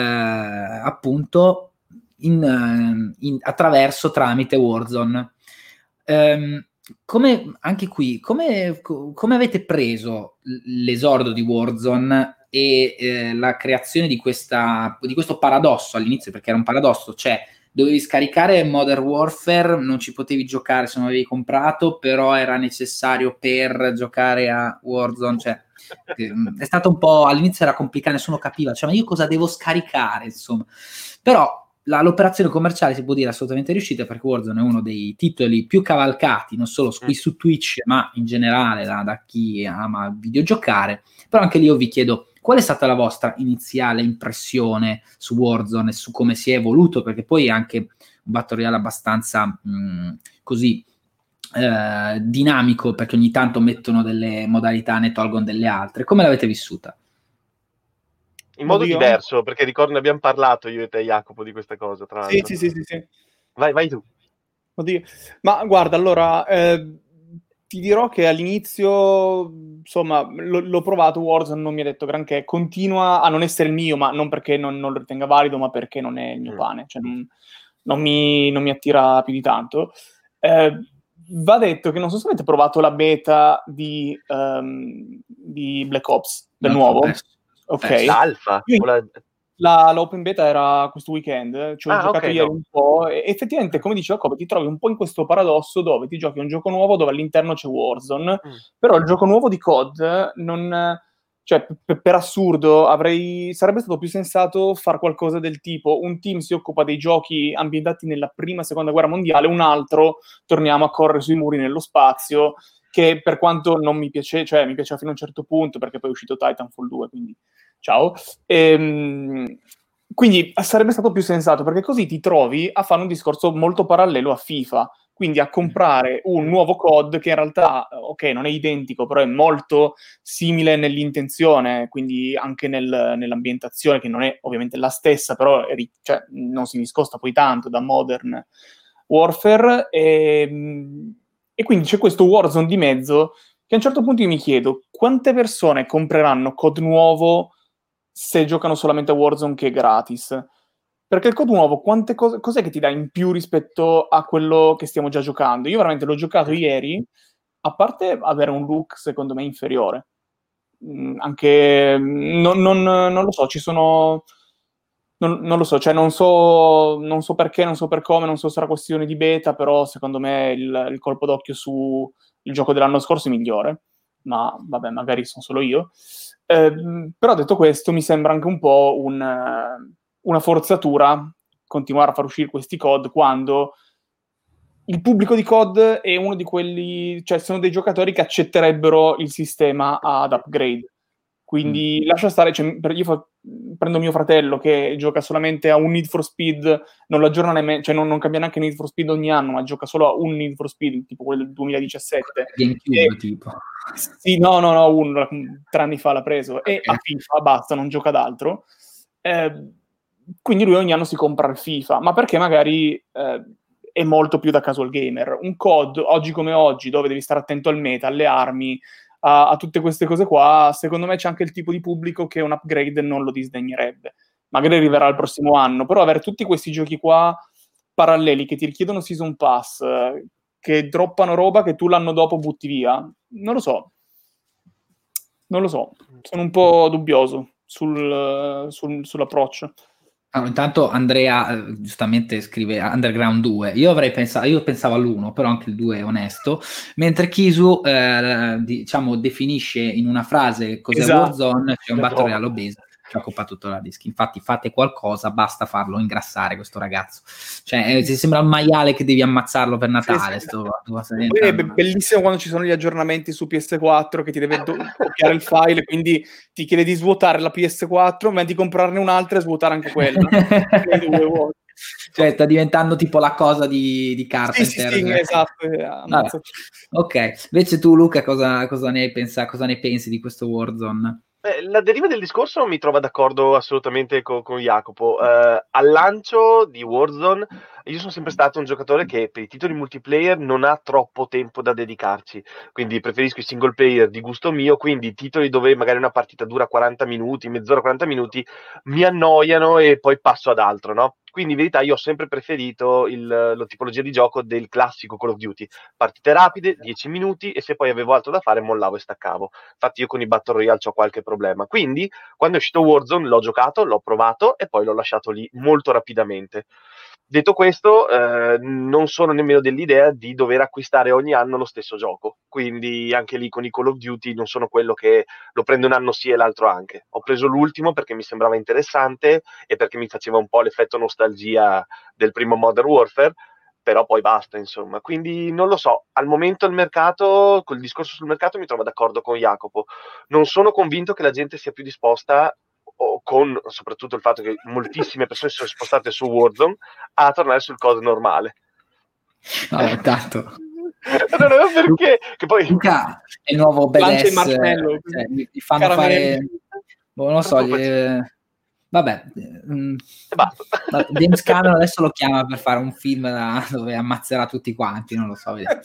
appunto In, in, attraverso tramite Warzone. Um, come anche qui, come, come avete preso l'esordio di Warzone e eh, la creazione di, questa, di questo paradosso all'inizio, perché era un paradosso, cioè dovevi scaricare Modern Warfare, non ci potevi giocare se non avevi comprato, però era necessario per giocare a Warzone, cioè è stato un po', all'inizio era complicato, nessuno capiva, cioè ma io cosa devo scaricare, insomma, però la, l'operazione commerciale si può dire assolutamente riuscita, perché Warzone è uno dei titoli più cavalcati, non solo qui su Twitch, ma in generale da, da chi ama videogiocare. Però anche lì io vi chiedo, qual è stata la vostra iniziale impressione su Warzone e su come si è evoluto, perché poi è anche un Battle Royale abbastanza mh, così eh, dinamico, perché ogni tanto mettono delle modalità, ne tolgono delle altre. Come l'avete vissuta? In modo Oddio. diverso, perché ricordo ne abbiamo parlato io e te, Jacopo, di queste cose, tra Sì, l'altro. sì, sì, sì, sì. Vai, vai tu. Oddio. Ma guarda, allora, eh, ti dirò che all'inizio, insomma, l- l'ho provato, Warzone non mi ha detto granché, continua a non essere il mio, ma non perché non, non lo ritenga valido, ma perché non è il mio Mm. pane, cioè non, non, mi, non mi attira più di tanto. Eh, va detto che non so se avete provato la beta di, um, di Black Ops, del No, nuovo. perso, Ok. perso. L'alfa? Io- O la... La, l'open beta era questo weekend, ci ho Ah, giocato ok, ieri no. un po', e effettivamente, come diceva Jacopo, ti trovi un po' in questo paradosso dove ti giochi un gioco nuovo dove all'interno c'è Warzone, Mm. però il gioco nuovo di C O D non... Cioè, p- per assurdo, avrei, sarebbe stato più sensato fare qualcosa del tipo: un team si occupa dei giochi ambientati nella prima e seconda guerra mondiale, un altro torniamo a correre sui muri nello spazio, che per quanto non mi piace, cioè mi piaceva fino a un certo punto, perché poi è uscito Titanfall due, quindi ciao. Ehm, quindi sarebbe stato più sensato, perché così ti trovi a fare un discorso molto parallelo a FIFA, quindi a comprare un nuovo C O D che in realtà, ok, non è identico, però è molto simile nell'intenzione, quindi anche nel, nell'ambientazione, che non è ovviamente la stessa, però è, cioè, non si discosta poi tanto da Modern Warfare, e, e quindi c'è questo Warzone di mezzo che a un certo punto io mi chiedo quante persone compreranno C O D nuovo se giocano solamente a Warzone, che è gratis. Perché il C O D nuovo, quante cose, cos'è che ti dà in più rispetto a quello che stiamo già giocando? Io veramente l'ho giocato ieri, a parte avere un look secondo me inferiore. Mm, anche, non, non, non lo so, ci sono... Non, non lo so, cioè non so, non so perché, non so per come, non so se era questione di beta, però secondo me il, il colpo d'occhio su il gioco dell'anno scorso è migliore, ma vabbè, magari sono solo io. Eh, però detto questo, mi sembra anche un po' un, una forzatura continuare a far uscire questi C O D quando il pubblico di C O D è uno di quelli, cioè sono dei giocatori che accetterebbero il sistema ad upgrade. Quindi mm. lascia stare, cioè, io fa, prendo mio fratello che gioca solamente a un Need for Speed, non lo aggiorna nemmeno, cioè non, non cambia neanche Need for Speed ogni anno, ma gioca solo a un Need for Speed, tipo quello del duemiladiciassette. GameCube, e, tipo. Sì, no, no, no, uno, tre anni fa l'ha preso, okay. E a FIFA basta, non gioca ad altro. Eh, quindi lui ogni anno si compra il FIFA, ma perché magari eh, è molto più da casual gamer. Un C O D, oggi come oggi, dove devi stare attento al meta, alle armi, a, a tutte queste cose qua, secondo me c'è anche il tipo di pubblico che un upgrade non lo disdegnerebbe. Magari arriverà il prossimo anno, però avere tutti questi giochi qua paralleli che ti richiedono season pass, eh, che droppano roba che tu l'anno dopo butti via, non lo so. Non lo so, sono un po' dubbioso sul, sul, sull'approccio. Allora, intanto Andrea eh, giustamente scrive Underground due. Io avrei pensato, io pensavo all'uno, però anche il due è onesto. Mentre Kisu eh, diciamo definisce in una frase cos'è Esatto. Warzone, c'è un Le Battle trova. Royale obese che occupa tutta la disc. Infatti fate qualcosa, basta farlo ingrassare questo ragazzo. Cioè, eh, ti sembra un maiale che devi ammazzarlo per Natale. Sì, sì. Sto, sto Poi è be- bellissimo quando ci sono gli aggiornamenti su P S quattro che ti deve do- copiare il file e quindi ti chiede di svuotare la P S quattro ma di comprarne un'altra e svuotare anche quella. Le due vuote. Cioè sta diventando tipo la cosa di, di Carpenter. Sì, sì, sì, esatto. eh, ammazza. Ok, invece tu Luca cosa, cosa ne pensa, cosa ne pensi di questo Warzone? Eh, la deriva del discorso mi trova d'accordo assolutamente co- con Jacopo. Eh, al lancio di Warzone io sono sempre stato un giocatore che per i titoli multiplayer non ha troppo tempo da dedicarci, quindi preferisco i single player di gusto mio, quindi titoli dove magari una partita dura quaranta minuti, mezz'ora, quaranta minuti, mi annoiano e poi passo ad altro, no? Quindi in verità io ho sempre preferito il, la tipologia di gioco del classico Call of Duty, partite rapide, dieci minuti e se poi avevo altro da fare mollavo e staccavo. Infatti io con i Battle Royale ho qualche problema. Quindi, quando è uscito Warzone, l'ho giocato, l'ho provato e poi l'ho lasciato lì molto rapidamente. Detto questo, eh, non sono nemmeno dell'idea di dover acquistare ogni anno lo stesso gioco. Quindi anche lì con i Call of Duty non sono quello che lo prende un anno sì e l'altro anche. Ho preso l'ultimo perché mi sembrava interessante e perché mi faceva un po' l'effetto nostalgia del primo Modern Warfare, però poi basta, insomma. Quindi non lo so, al momento il mercato, col discorso sul mercato mi trovo d'accordo con Jacopo. Non sono convinto che la gente sia più disposta, o con soprattutto il fatto che moltissime persone si sono spostate su Warzone, a tornare sul C O D normale. Vabbè, tanto. Non è perché, che poi... Luca è il nuovo Lancia il badass, martello, cioè, gli gli fanno caramelle. fare, boh, non lo so, gli, eh, vabbè, mm, E basta. vabbè, James Cameron adesso lo chiama per fare un film da- dove ammazzerà tutti quanti, non lo so, vediamo.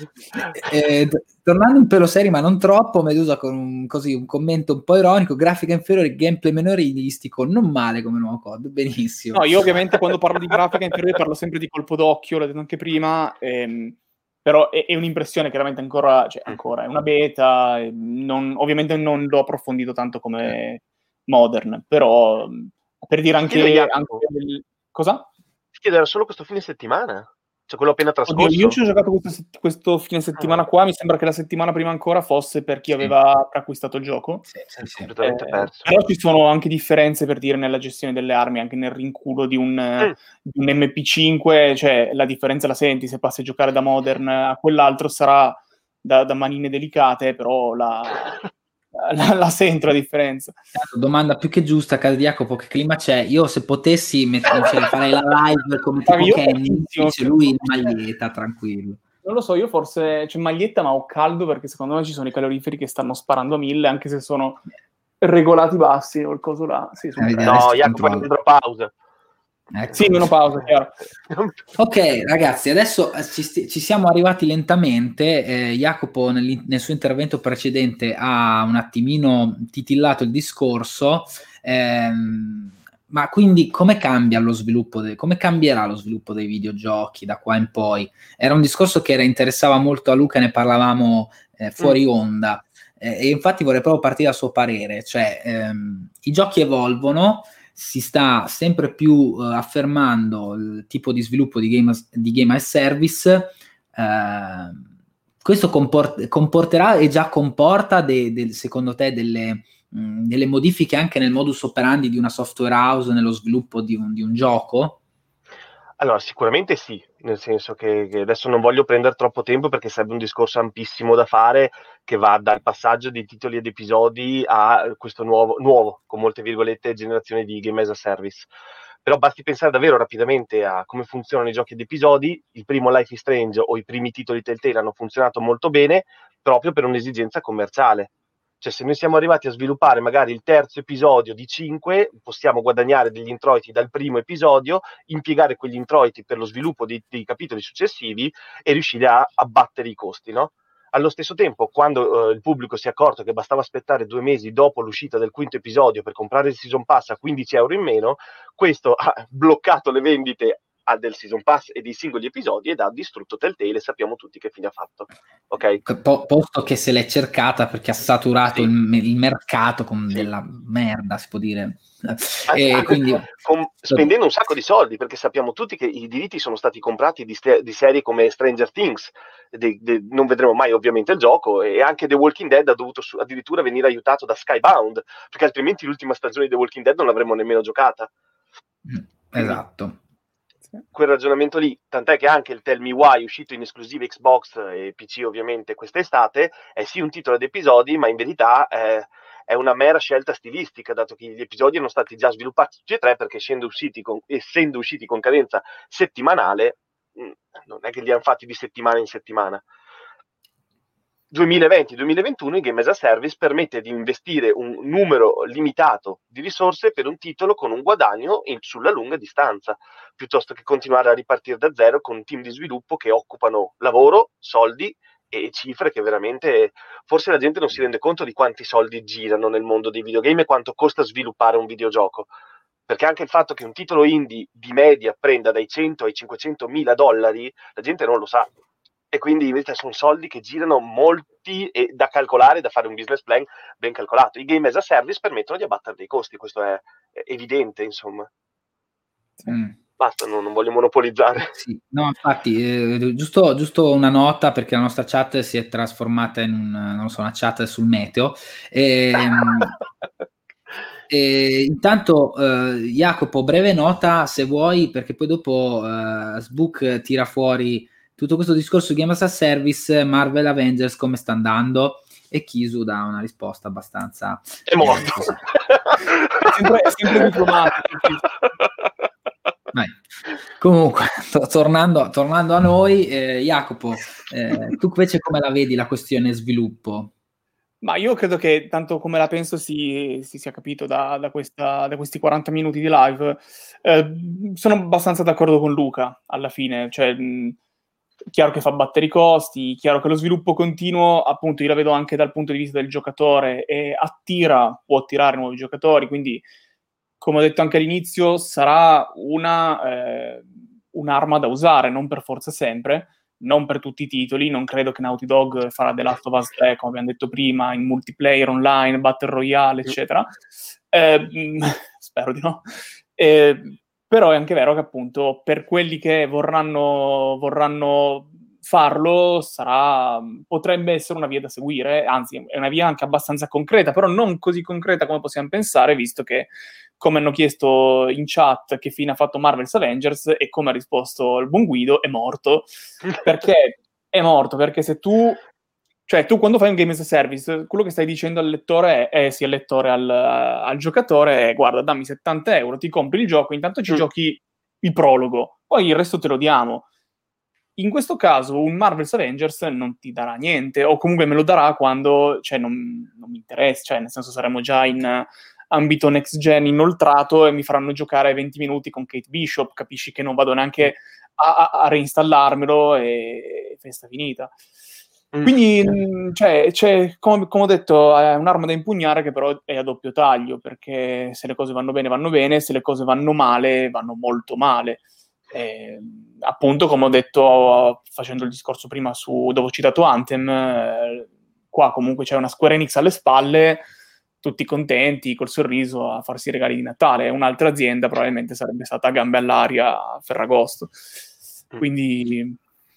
Eh, t- tornando un pelo seri ma non troppo, Medusa con un, così, un commento un po' ironico, grafica inferiore, gameplay minoristico, non male come nuovo C O D, benissimo. No, io ovviamente quando parlo di grafica inferiore parlo sempre di colpo d'occhio, l'ho detto anche prima, ehm, però è, è un'impressione chiaramente ancora, cioè ancora è una beta, e non- ovviamente non l'ho approfondito tanto come Modern, però mh, per dire Ti chiedo, anche, Jacopo, anche del- cosa? ti chiedo, era solo questo fine settimana? Cioè quello appena Oddio, io ci trascorso? ho giocato questo, sett- questo fine settimana Ah, qua, mi sembra che la settimana prima ancora fosse per chi Sì, aveva acquistato il gioco. sì, sì, è sì. completamente Eh, perso. però ci sono anche differenze per dire nella gestione delle armi, anche nel rinculo di un, Mm. di un M P cinque, cioè la differenza la senti, se passi a giocare da Modern a quell'altro sarà da, da manine delicate, però la, la, la sento la differenza. Tanto, domanda più che giusta, a casa di Jacopo, che clima c'è? Io se potessi met- cioè, farei la live come Ma tipo io Kenny, fortissimo, dice lui in maglietta, tranquillo. non lo so, io forse c'è maglietta ma ho caldo perché secondo me ci sono i caloriferi che stanno sparando a mille, anche se sono regolati bassi o il coso là. Sì, sono Eh, freddo. adesso No, ti Jacopo, controllo. andrò a pausa. Ecco. Sì, meno pausa, chiaro. Ok, ragazzi, adesso eh, ci, sti- ci siamo arrivati lentamente. Eh, Jacopo nel, nel suo intervento precedente ha un attimino titillato il discorso. Ehm, ma quindi come cambia lo sviluppo, de- come cambierà lo sviluppo dei videogiochi da qua in poi? Era un discorso che era, interessava molto a Luca, ne parlavamo eh, fuori Mm. onda. Eh, e infatti vorrei proprio partire dal suo parere, cioè ehm, i giochi evolvono, si sta sempre più eh, affermando il tipo di sviluppo di game as, di game as service. Eh, questo comport- comporterà e già comporta de- de- secondo te delle, mh, delle modifiche anche nel modus operandi di una software house nello sviluppo di un, di un gioco? Allora, sicuramente sì, nel senso che, che adesso non voglio prendere troppo tempo perché sarebbe un discorso ampissimo da fare che va dal passaggio di titoli ed episodi a questo nuovo, nuovo con molte virgolette, generazione di game as a service. Però basti pensare davvero rapidamente a come funzionano i giochi ed episodi. Il primo Life is Strange o i primi titoli Telltale hanno funzionato molto bene proprio per un'esigenza commerciale. Cioè, se noi siamo arrivati a sviluppare magari il terzo episodio di cinque, possiamo guadagnare degli introiti dal primo episodio, impiegare quegli introiti per lo sviluppo dei, dei capitoli successivi e riuscire a abbattere i costi, no? Allo stesso tempo, quando uh, il pubblico si è accorto che bastava aspettare due mesi dopo l'uscita del quinto episodio per comprare il Season Pass a quindici euro in meno, questo ha bloccato le vendite a del Season Pass e dei singoli episodi ed ha distrutto Telltale e sappiamo tutti che fine ha fatto. Ok? Po- posto che se l'è cercata perché ha saturato Sì. il, il mercato con Sì. della merda, si può dire. E quindi con, spendendo un sacco di soldi, perché sappiamo tutti che i diritti sono stati comprati di, ste, di serie come Stranger Things, de, de, non vedremo mai ovviamente il gioco, e anche The Walking Dead ha dovuto su, addirittura venire aiutato da Skybound, perché altrimenti l'ultima stagione di The Walking Dead non l'avremmo nemmeno giocata. Esatto. Quel ragionamento lì, tant'è che anche il Tell Me Why, uscito in esclusiva Xbox e P C ovviamente quest'estate, è sì un titolo ad episodi, ma in verità è, è una mera scelta stilistica, dato che gli episodi erano stati già sviluppati tutti e tre, perché essendo usciti con, essendo usciti con cadenza settimanale, non è che li hanno fatti di settimana in settimana. duemilaventi duemilaventuno il Game as a Service permette di investire un numero limitato di risorse per un titolo con un guadagno in, sulla lunga distanza, piuttosto che continuare a ripartire da zero con team di sviluppo che occupano lavoro, soldi e cifre che veramente forse la gente non si rende conto di quanti soldi girano nel mondo dei videogame e quanto costa sviluppare un videogioco, perché anche il fatto che un titolo indie di media prenda dai cento ai cinquecento mila dollari la gente non lo sa. E quindi in realtà sono soldi che girano molti e da calcolare, da fare un business plan ben calcolato. I game as a service permettono di abbattere dei costi, questo è, è evidente, insomma. Mm. Basta, no, non voglio monopolizzare. Sì, no, infatti, eh, giusto, giusto una nota, perché la nostra chat si è trasformata in un, non so, una chat sul meteo. E, e intanto, eh, Jacopo, breve nota se vuoi, perché poi dopo eh, Sbook tira fuori tutto questo discorso di Game as a Service, Marvel Avengers come sta andando, e Kisu dà una risposta abbastanza... È morto. è sempre, è sempre diplomatico. Vai. Comunque, to- tornando, tornando a noi, eh, Jacopo, eh, tu invece come la vedi la questione sviluppo? Ma io credo che, tanto come la penso, si, si sia capito da, da, questa, da questi quaranta minuti di live. Eh, sono abbastanza d'accordo con Luca, alla fine. Cioè, mh, chiaro che fa battere i costi, chiaro che lo sviluppo continuo, appunto, io la vedo anche dal punto di vista del giocatore, e attira, può attirare nuovi giocatori, quindi, come ho detto anche all'inizio, sarà una, eh, un'arma da usare, non per forza sempre, non per tutti i titoli. Non credo che Naughty Dog farà The Last of Us tre, come abbiamo detto prima, in multiplayer, online, Battle Royale, eccetera. Eh, spero di no. Eh, però è anche vero che, appunto, per quelli che vorranno, vorranno farlo, sarà, potrebbe essere una via da seguire, anzi è una via anche abbastanza concreta, però non così concreta come possiamo pensare, visto che, come hanno chiesto in chat, che fine ha fatto Marvel's Avengers, e come ha risposto il buon Guido, è morto. Perché è morto? Perché se tu, cioè tu quando fai un game as a service, quello che stai dicendo al lettore è, eh, sì, al lettore, al, al giocatore, è: guarda, dammi settanta euro, ti compri il gioco, intanto ci mm. giochi il prologo, poi il resto te lo diamo. In questo caso un Marvel's Avengers non ti darà niente, o comunque me lo darà quando, cioè, non, non mi interessa, cioè, nel senso, saremo già in ambito next gen inoltrato e mi faranno giocare venti minuti con Kate Bishop, capisci che non vado neanche a, a, a reinstallarmelo e festa finita. Quindi, mm. cioè, cioè, come, come ho detto, è un'arma da impugnare che però è a doppio taglio, perché se le cose vanno bene vanno bene, se le cose vanno male vanno molto male. Eh, appunto, come ho detto facendo il discorso prima su dove ho citato Anthem, eh, qua comunque c'è una Square Enix alle spalle, tutti contenti, col sorriso, a farsi i regali di Natale. Un'altra azienda probabilmente sarebbe stata a gambe all'aria a Ferragosto. Quindi...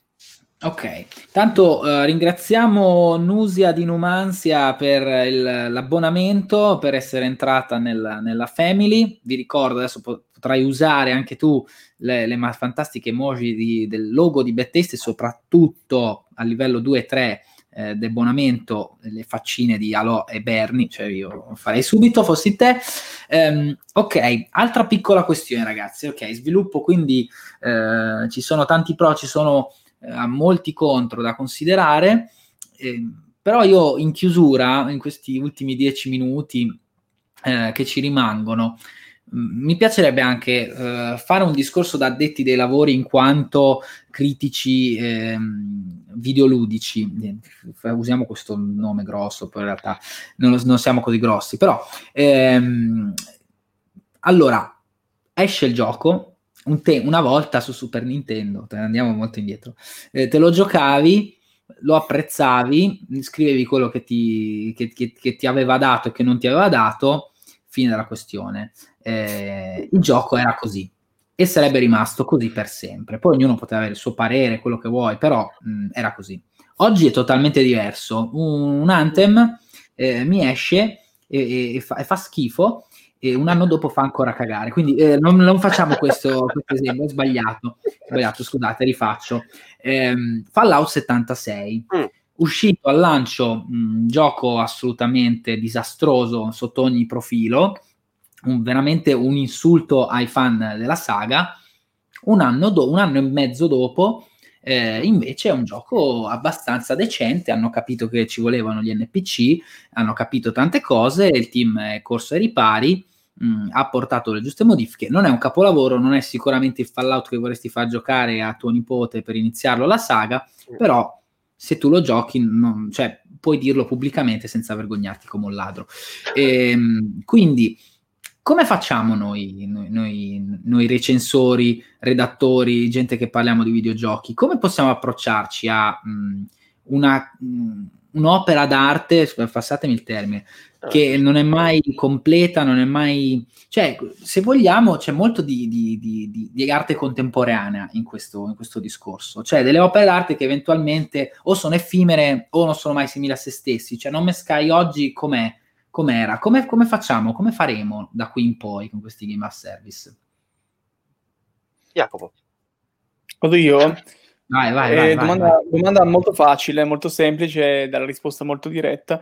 Ok, tanto uh, ringraziamo Nusia di Numansia per il, l'abbonamento, per essere entrata nel, nella family. Vi ricordo, adesso potrai usare anche tu le, le fantastiche emoji di, del logo di Bethesda, e soprattutto a livello due e tre eh, di abbonamento le faccine di Alò e Bernie, cioè io lo farei subito fossi te. Um, ok, altra piccola questione, ragazzi. Ok, sviluppo, quindi eh, ci sono tanti pro, ci sono ha molti contro da considerare, eh, però io in chiusura, in questi ultimi dieci minuti eh, che ci rimangono, mh, mi piacerebbe anche eh, fare un discorso da addetti dei lavori in quanto critici ehm, videoludici. Usiamo questo nome grosso, poi in realtà non, non siamo così grossi, però ehm, allora esce il gioco un te- una volta su Super Nintendo, andiamo molto indietro, eh, te lo giocavi, lo apprezzavi, scrivevi quello che ti, che, che, che ti aveva dato e che non ti aveva dato, fine della questione. Eh, il gioco era così e sarebbe rimasto così per sempre. Poi ognuno poteva avere il suo parere, quello che vuoi, però mh, era così. Oggi è totalmente diverso. Un, un Anthem eh, mi esce e, e, fa, e fa schifo, e un anno dopo fa ancora cagare. Quindi eh, non, non facciamo questo, questo esempio, è sbagliato, sbagliato, scusate, rifaccio. Ehm, Fallout settantasei, Mm. uscito al lancio, un gioco assolutamente disastroso sotto ogni profilo, un, veramente un insulto ai fan della saga. Un anno, do- un anno e mezzo dopo, eh, invece è un gioco abbastanza decente, hanno capito che ci volevano gli N P C, hanno capito tante cose, il team è corso ai ripari, mh, ha portato le giuste modifiche, non è un capolavoro, non è sicuramente il Fallout che vorresti far giocare a tuo nipote per iniziarlo la saga, però se tu lo giochi, non, cioè, puoi dirlo pubblicamente senza vergognarti come un ladro. E, quindi come facciamo noi, noi, noi, noi recensori, redattori, gente che parliamo di videogiochi, come possiamo approcciarci a mh, una, mh, un'opera d'arte, passatemi il termine, che non è mai completa, non è mai... Cioè, se vogliamo, c'è molto di, di, di, di, di arte contemporanea in questo, in questo discorso. Cioè, delle opere d'arte che eventualmente o sono effimere o non sono mai simili a se stessi. Cioè, No Man's Sky oggi com'è? Com'era? Come, come facciamo? Come faremo da qui in poi con questi game as service? Jacopo. Vado io? Vai, vai, Eh, vai, vai, domanda, vai. domanda molto facile, molto semplice, dalla risposta molto diretta.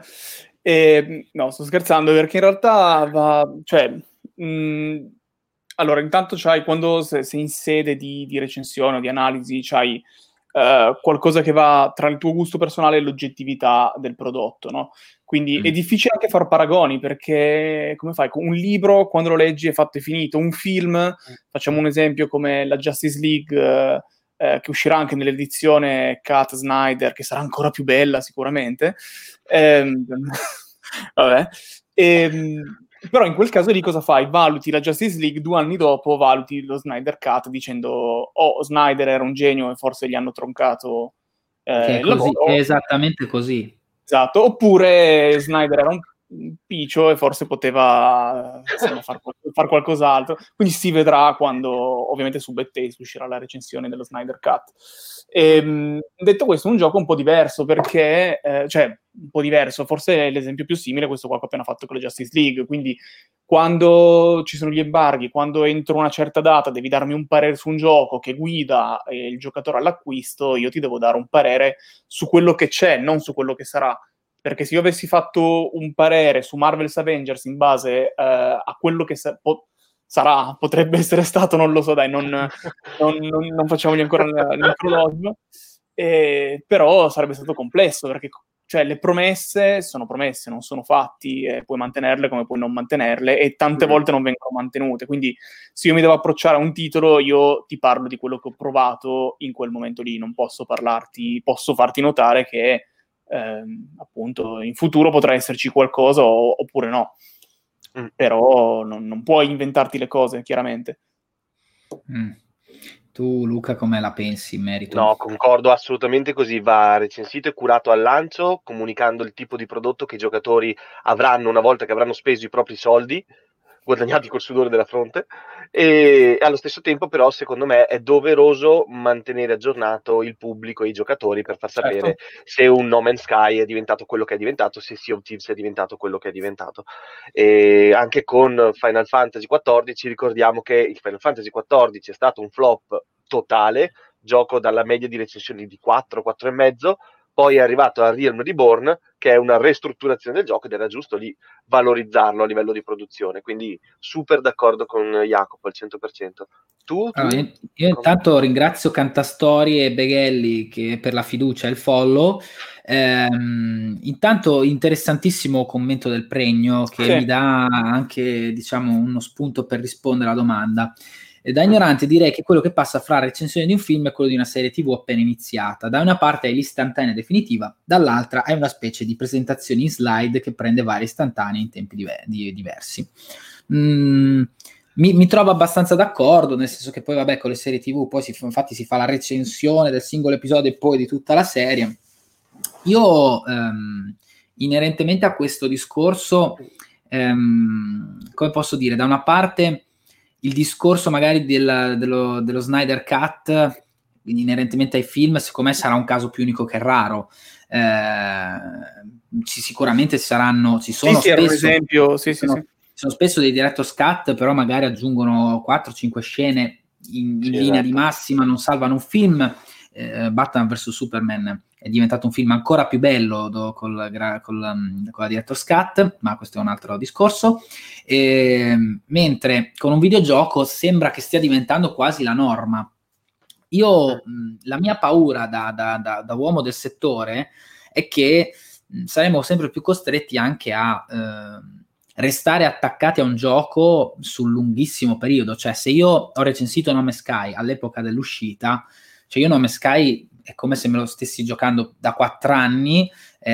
Eh, no, sto scherzando perché in realtà va, cioè, mh, allora, intanto c'hai, quando sei, sei in sede di, di recensione o di analisi, c'hai eh, qualcosa che va tra il tuo gusto personale e l'oggettività del prodotto, no? Quindi Mm. è difficile anche far paragoni, perché come fai? Un libro, quando lo leggi, è fatto e finito. Un film, facciamo un esempio come la Justice League, eh, eh, che uscirà anche nell'edizione Cut Snyder, che sarà ancora più bella sicuramente. Ehm, vabbè. Ehm, però in quel caso lì cosa fai? Valuti la Justice League, due anni dopo valuti lo Snyder Cut dicendo oh, Snyder era un genio e forse gli hanno troncato eh, Che è il così, lavoro. è esattamente così. Esatto, oppure Snyder era un piccio e forse poteva insomma, far, far qualcos'altro. Quindi si vedrà quando, ovviamente, su BadTaste uscirà la recensione dello Snyder Cut. E, detto questo, è un gioco un po' diverso perché, eh, cioè, un po' diverso, forse l'esempio più simile è questo qua che ho appena fatto con la Justice League. Quindi, quando ci sono gli embarghi, quando entro una certa data, devi darmi un parere su un gioco che guida eh, il giocatore all'acquisto, io ti devo dare un parere su quello che c'è, non su quello che sarà. Perché se io avessi fatto un parere su Marvel's Avengers in base eh, a quello che sa- po- sarà, potrebbe essere stato, non lo so, dai, non, non, non, non facciamogli ancora il necrologio, eh, però sarebbe stato complesso, perché cioè, le promesse sono promesse, non sono fatti, e puoi mantenerle come puoi non mantenerle, e tante volte non vengono mantenute. Quindi se io mi devo approcciare a un titolo, io ti parlo di quello che ho provato in quel momento lì, non posso parlarti, posso farti notare che ehm, appunto in futuro potrà esserci qualcosa o, oppure no. Mm. Però non, non puoi inventarti le cose, chiaramente. Mm. Tu, Luca, come la pensi in merito? No, concordo assolutamente così. Va recensito e curato al lancio, comunicando il tipo di prodotto che i giocatori avranno una volta che avranno speso i propri soldi, guadagnati col sudore della fronte, e allo stesso tempo però secondo me è doveroso mantenere aggiornato il pubblico e i giocatori per far sapere certo. se un No Man's Sky è diventato quello che è diventato, se Sea of Thieves è diventato quello che è diventato. E anche con Final Fantasy quattordici ricordiamo che il Final Fantasy quattordici è stato un flop totale, gioco dalla media di recensioni di quattro, quattro e mezzo, Poi è arrivato a Realm Reborn, che è una ristrutturazione del gioco, ed era giusto lì valorizzarlo a livello di produzione. Quindi super d'accordo con Jacopo al cento per cento. Tu, tu? Allora, io, io intanto ringrazio Cantastorie e Beghelli che per la fiducia e il follow. Ehm, intanto interessantissimo commento del Pregno che Sì. mi dà anche, diciamo, uno spunto per rispondere alla domanda. E da ignorante direi che quello che passa fra recensione di un film e quello di una serie tivù appena iniziata. Da una parte hai l'istantanea definitiva, dall'altra hai una specie di presentazione in slide che prende vari istantanei in tempi diver- di- diversi. Mm, mi, mi trovo abbastanza d'accordo, nel senso che poi vabbè con le serie tivù poi si, infatti si fa la recensione del singolo episodio e poi di tutta la serie. Io ehm, inerentemente a questo discorso, ehm, come posso dire, da una parte il discorso magari del, dello, dello Snyder Cut inerentemente ai film, secondo me sarà un caso più unico che raro. Eh, ci, sicuramente saranno, ci sono sì, sì, spesso, era un esempio, sì, ci sono, sì, sì. ci sono spesso dei director's cut, però magari aggiungono quattro cinque scene in, in Sì, linea esatto. di massima, non salvano un film. Eh, Batman versus Superman è diventato un film ancora più bello do, col, col, con la director's cut, ma questo è un altro discorso. Eh, mentre con un videogioco sembra che stia diventando quasi la norma. Io, mh, la mia paura da, da, da, da uomo del settore è che mh, saremo sempre più costretti anche a eh, restare attaccati a un gioco sul lunghissimo periodo. Cioè, se io ho recensito No Man's Sky all'epoca dell'uscita, cioè io No Man's Sky è come se me lo stessi giocando da quattro anni,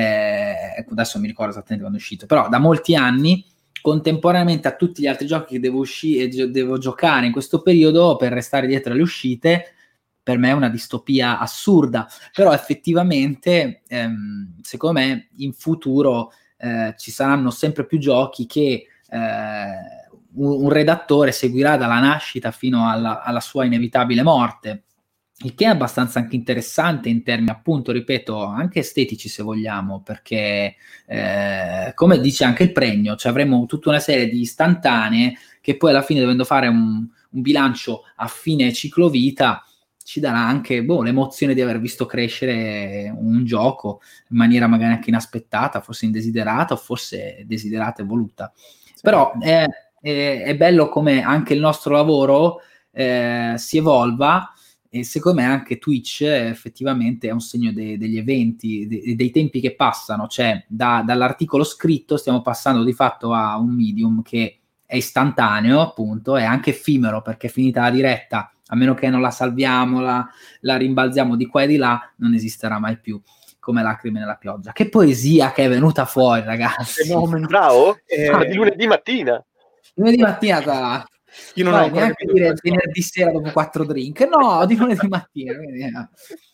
eh, adesso mi ricordo esattamente quando è uscito, però da molti anni, contemporaneamente a tutti gli altri giochi che devo, usci- devo giocare in questo periodo per restare dietro alle uscite. Per me è una distopia assurda, però effettivamente ehm, secondo me in futuro eh, ci saranno sempre più giochi che eh, un, un redattore seguirà dalla nascita fino alla, alla sua inevitabile morte, il che è abbastanza anche interessante in termini, appunto, ripeto, anche estetici se vogliamo, perché eh, come dice anche il Pregno, cioè avremo tutta una serie di istantanee che poi alla fine, dovendo fare un, un bilancio a fine ciclo vita, ci darà anche boh, l'emozione di aver visto crescere un gioco in maniera magari anche inaspettata, forse indesiderata o forse desiderata e voluta. Sì. Però è, è, è bello come anche il nostro lavoro eh, si evolva, e secondo me anche Twitch effettivamente è un segno de, degli eventi, de, dei tempi che passano, cioè da, dall'articolo scritto stiamo passando di fatto a un medium che è istantaneo, appunto, è anche effimero, perché finita la diretta, a meno che non la salviamo, la, la rimbalziamo di qua e di là, non esisterà mai più, come lacrime nella pioggia. Che poesia che è venuta fuori, ragazzi! Bravo! Eh, Ma di lunedì mattina! Lunedì mattina, tra l'altro. Io non Vai, ho ancora neanche capito dire venerdì sera dopo quattro drink, no, di lunedì mattina. Quindi, eh.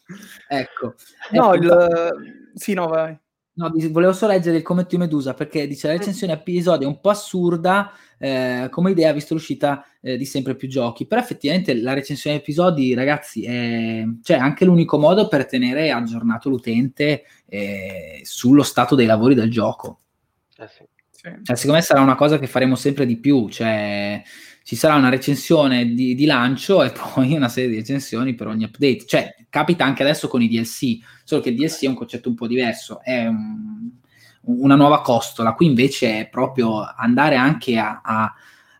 Ecco. No, ecco, il... infatti... Sì, no, vai. No, volevo solo leggere il commento di Medusa, perché dice la recensione a episodio è un po' assurda eh, come idea, visto l'uscita eh, di sempre più giochi, però effettivamente la recensione a episodi, ragazzi, è cioè, anche l'unico modo per tenere aggiornato l'utente eh, sullo stato dei lavori del gioco. Eh sì. Sì. Cioè, secondo me sarà una cosa che faremo sempre di più, cioè ci sarà una recensione di, di lancio e poi una serie di recensioni per ogni update. Cioè, capita anche adesso con i D L C, solo che il D L C è un concetto un po' diverso, è un, una nuova costola. Qui invece è proprio andare anche a, a,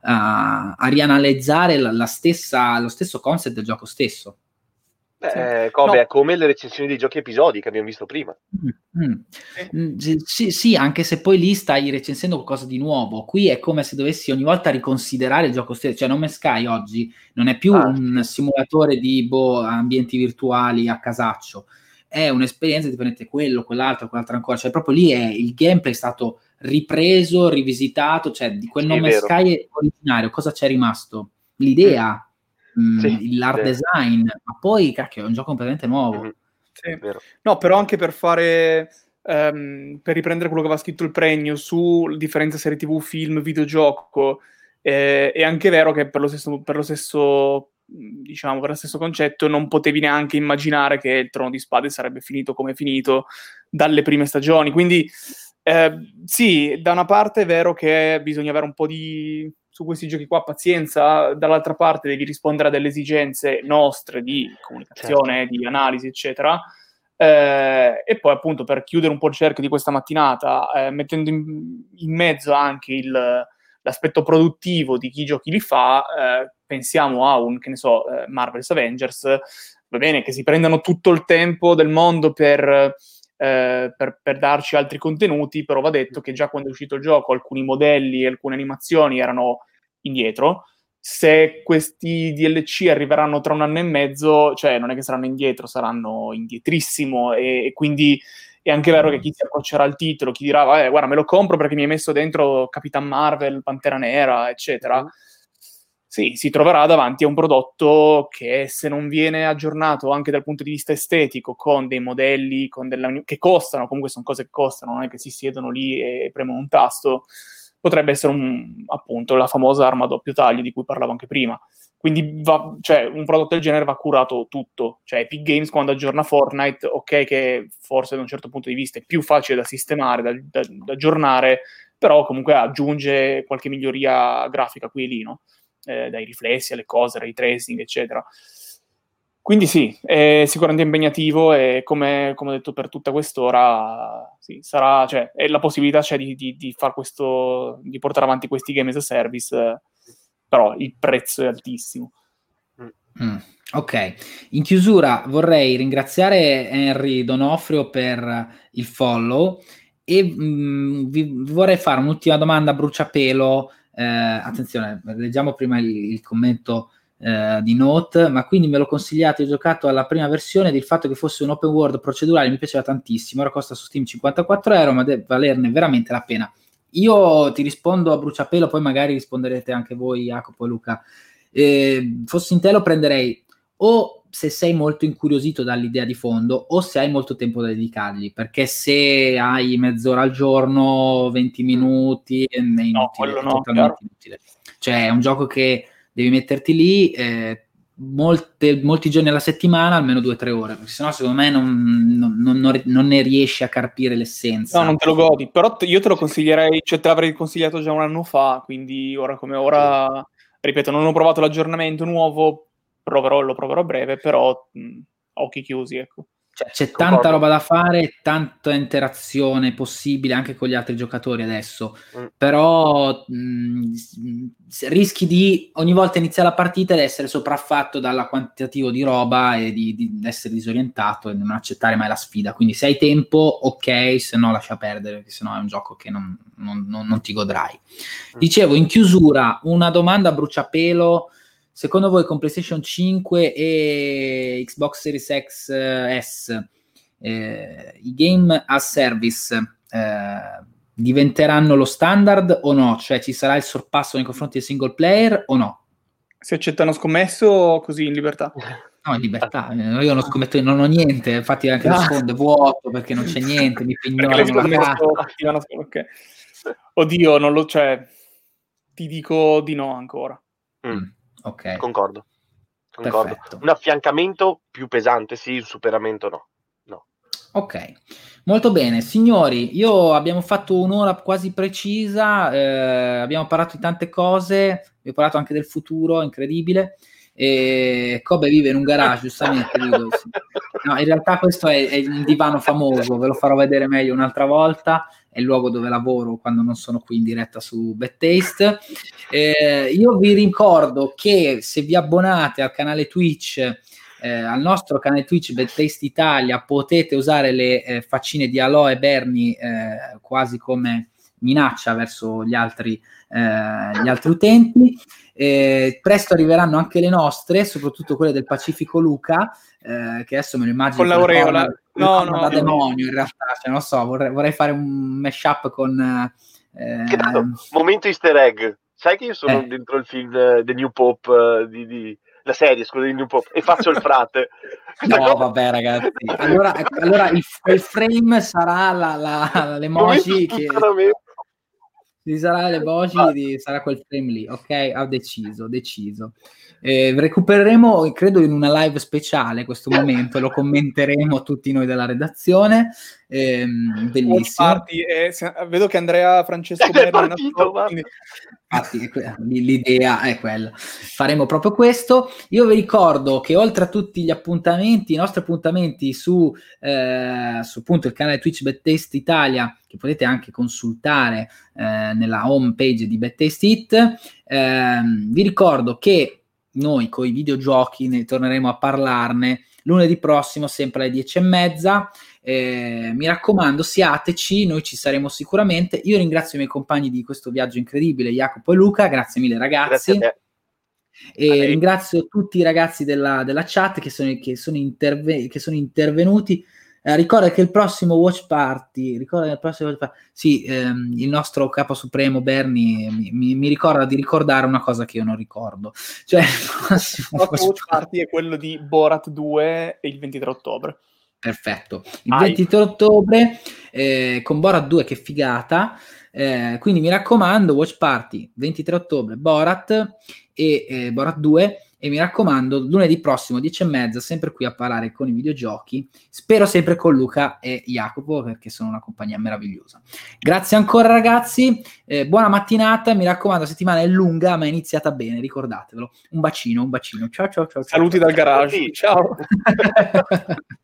a, a rianalizzare la, la stessa, lo stesso concept del gioco stesso. Beh, sì. come, no. come le recensioni dei giochi episodi che abbiamo visto prima. Mm, mm. Sì, sì, anche se poi lì stai recensendo qualcosa di nuovo. Qui è come se dovessi ogni volta riconsiderare il gioco stesso. Cioè, No Man's Sky oggi non è più ah, un sì. simulatore di boh, ambienti virtuali a casaccio. È un'esperienza di prendere quello, quell'altro, quell'altro ancora. Cioè, proprio lì è il gameplay è stato ripreso, rivisitato. Cioè, di quel sì, No Man's Sky originario, cosa c'è rimasto? L'idea. Mm. Mh, sì, l'art vero. design, ma poi cacchio è un gioco completamente nuovo. Mm-hmm. Sì. No, però anche per fare um, per riprendere quello che aveva scritto il Pregno su differenza serie tivù, film, videogioco, eh, è anche vero che per lo stesso, per lo stesso diciamo per lo stesso concetto non potevi neanche immaginare che il Trono di Spade sarebbe finito come è finito dalle prime stagioni, quindi eh, sì, da una parte è vero che bisogna avere un po' di su questi giochi qua pazienza, dall'altra parte devi rispondere a delle esigenze nostre di comunicazione, certo. di analisi, eccetera. Eh, e poi appunto per chiudere un po' il cerchio di questa mattinata, eh, mettendo in, in mezzo anche il, l'aspetto produttivo di chi i giochi li fa, eh, pensiamo a un, che ne so, eh, Marvel's Avengers, va bene, che si prendano tutto il tempo del mondo per, eh, per, per darci altri contenuti, però va detto che già quando è uscito il gioco alcuni modelli e alcune animazioni erano indietro. Se questi D L C arriveranno tra un anno e mezzo, cioè non è che saranno indietro, saranno indietrissimo, e, e quindi è anche vero che chi si approccerà al titolo, chi dirà, eh, guarda, me lo compro perché mi hai messo dentro Capitan Marvel, Pantera Nera, eccetera, mm. sì, si troverà davanti a un prodotto che, se non viene aggiornato anche dal punto di vista estetico, con dei modelli con della, che costano, comunque sono cose che costano, non è che si siedono lì e premono un tasto, potrebbe essere un, appunto la famosa arma a doppio taglio di cui parlavo anche prima. Quindi va, cioè, un prodotto del genere va curato tutto. Cioè, Epic Games quando aggiorna Fortnite, ok che forse da un certo punto di vista è più facile da sistemare, da, da, da aggiornare, però comunque aggiunge qualche miglioria grafica qui e lì, no? Eh, dai riflessi alle cose, ray tracing, eccetera. Quindi sì, è sicuramente impegnativo, e come, come ho detto per tutta quest'ora, sì, sarà, cioè, è la possibilità c'è di, di, di far questo, di portare avanti questi game as a service, eh, però il prezzo è altissimo. Mm, ok, in chiusura vorrei ringraziare Henry Donofrio per il follow e mh, vi vorrei fare un'ultima domanda a bruciapelo. Eh, attenzione, leggiamo prima il, il commento Uh, di Note, ma quindi me lo consigliate? Ho giocato alla prima versione, del fatto che fosse un open world procedurale mi piaceva tantissimo, ora costa su Steam cinquantaquattro euro, ma deve valerne veramente la pena. Io ti rispondo a bruciapelo, poi magari risponderete anche voi, Jacopo e Luca. Eh, fossi in te lo prenderei o se sei molto incuriosito dall'idea di fondo, o se hai molto tempo da dedicargli, perché se hai mezz'ora al giorno, venti minuti, è inutile, no, quello è no, totalmente chiaro. inutile. Cioè è un gioco che devi metterti lì eh, molte, molti giorni alla settimana, almeno due o tre ore, perché sennò secondo me non, non, non, non ne riesci a carpire l'essenza. No, non te lo godi, però t- io te lo consiglierei, cioè te l'avrei consigliato già un anno fa, quindi ora come ora, ripeto, non ho provato l'aggiornamento nuovo, proverò, lo proverò a breve, però mh, occhi chiusi, ecco. Cioè, c'è Concordo. Tanta roba da fare, tanta interazione possibile anche con gli altri giocatori adesso, mm. però mh, rischi di ogni volta iniziare la partita ed essere sopraffatto dal quantitativo di roba e di, di essere disorientato e non accettare mai la sfida. Quindi se hai tempo, ok, se no lascia perdere, perché sennò è un gioco che non, non, non, non ti godrai. Mm. Dicevo, in chiusura, una domanda a bruciapelo. Secondo voi con PlayStation cinque e Xbox Series X eh, S eh, i game as service eh, diventeranno lo standard o no? Cioè ci sarà il sorpasso nei confronti del single player o no? Si accettano scomesso così in libertà? No, in libertà. Io non scommetto, non ho niente, infatti anche lo sfondo è vuoto perché non c'è niente, mi pignorano la casa. Okay. Oddio, non lo, cioè, ti dico di no ancora. Mm. Ok, concordo, concordo. Perfetto. Un affiancamento più pesante, sì, il superamento no. no. Ok, molto bene, signori, io abbiamo fatto un'ora quasi precisa, eh, abbiamo parlato di tante cose, abbiamo parlato anche del futuro, incredibile. E Kobe vive in un garage, giustamente dico, sì. No, in realtà questo è, è un divano famoso, ve lo farò vedere meglio un'altra volta, è il luogo dove lavoro quando non sono qui in diretta su Bad Taste. Eh, io vi ricordo che se vi abbonate al canale Twitch, eh, al nostro canale Twitch Bad Taste Italia, potete usare le eh, faccine di Alò e Bernie eh, quasi come minaccia verso gli altri, eh, gli altri utenti. Eh, presto arriveranno anche le nostre, soprattutto quelle del Pacifico Luca, eh, che adesso me lo immagino con l'aureola, no, no, no, da no, demonio in realtà, cioè, non so, vorrei, vorrei fare un mashup con eh, che tanto, momento easter egg, sai che io sono eh. dentro il film uh, The New Pope uh, di, di la serie, scusa, di New Pope, e faccio il frate. No, cosa... vabbè, ragazzi. Allora, allora il, quel frame sarà la, la, l'emoji che... ci saranno le voci, di, sarà quel frame lì, ok? Ho deciso, deciso. Eh, recupereremo, credo, in una live speciale questo momento, lo commenteremo tutti noi della redazione. Eh, bellissimo. Party, eh, se, vedo che Andrea Francesco È partito, ma... quindi... Infatti l'idea è quella, faremo proprio questo. Io vi ricordo che oltre a tutti gli appuntamenti, i nostri appuntamenti su, eh, su appunto il canale Twitch Bad Taste Italia, che potete anche consultare eh, nella home page di Bad Taste It, eh, vi ricordo che noi con i videogiochi ne torneremo a parlarne lunedì prossimo sempre alle dieci e mezza. Eh, mi raccomando, siateci, noi ci saremo sicuramente. Io ringrazio i miei compagni di questo viaggio incredibile, Jacopo e Luca, grazie mille ragazzi. Grazie a te. E ringrazio tutti i ragazzi della, della chat che sono, che sono, interve- che sono intervenuti. Eh, ricorda che il prossimo Watch Party, ricorda che il prossimo Watch Party, sì, ehm, il nostro capo supremo Bernie mi, mi, mi ricorda di ricordare una cosa che io non ricordo. Cioè, il prossimo Watch, Watch Party è quello di Borat due e il ventitré ottobre. Perfetto, il ventitré ottobre eh, con Borat due, che figata, eh, quindi mi raccomando, Watch Party ventitré ottobre, Borat e eh, Borat due, e mi raccomando lunedì prossimo dieci e mezza sempre qui a parlare con i videogiochi, spero sempre con Luca e Jacopo, perché sono una compagnia meravigliosa. Grazie ancora ragazzi, eh, buona mattinata, mi raccomando, la settimana è lunga ma è iniziata bene, ricordatevelo. Un bacino, un bacino, ciao ciao ciao. Saluti ciao. dal garage, ciao.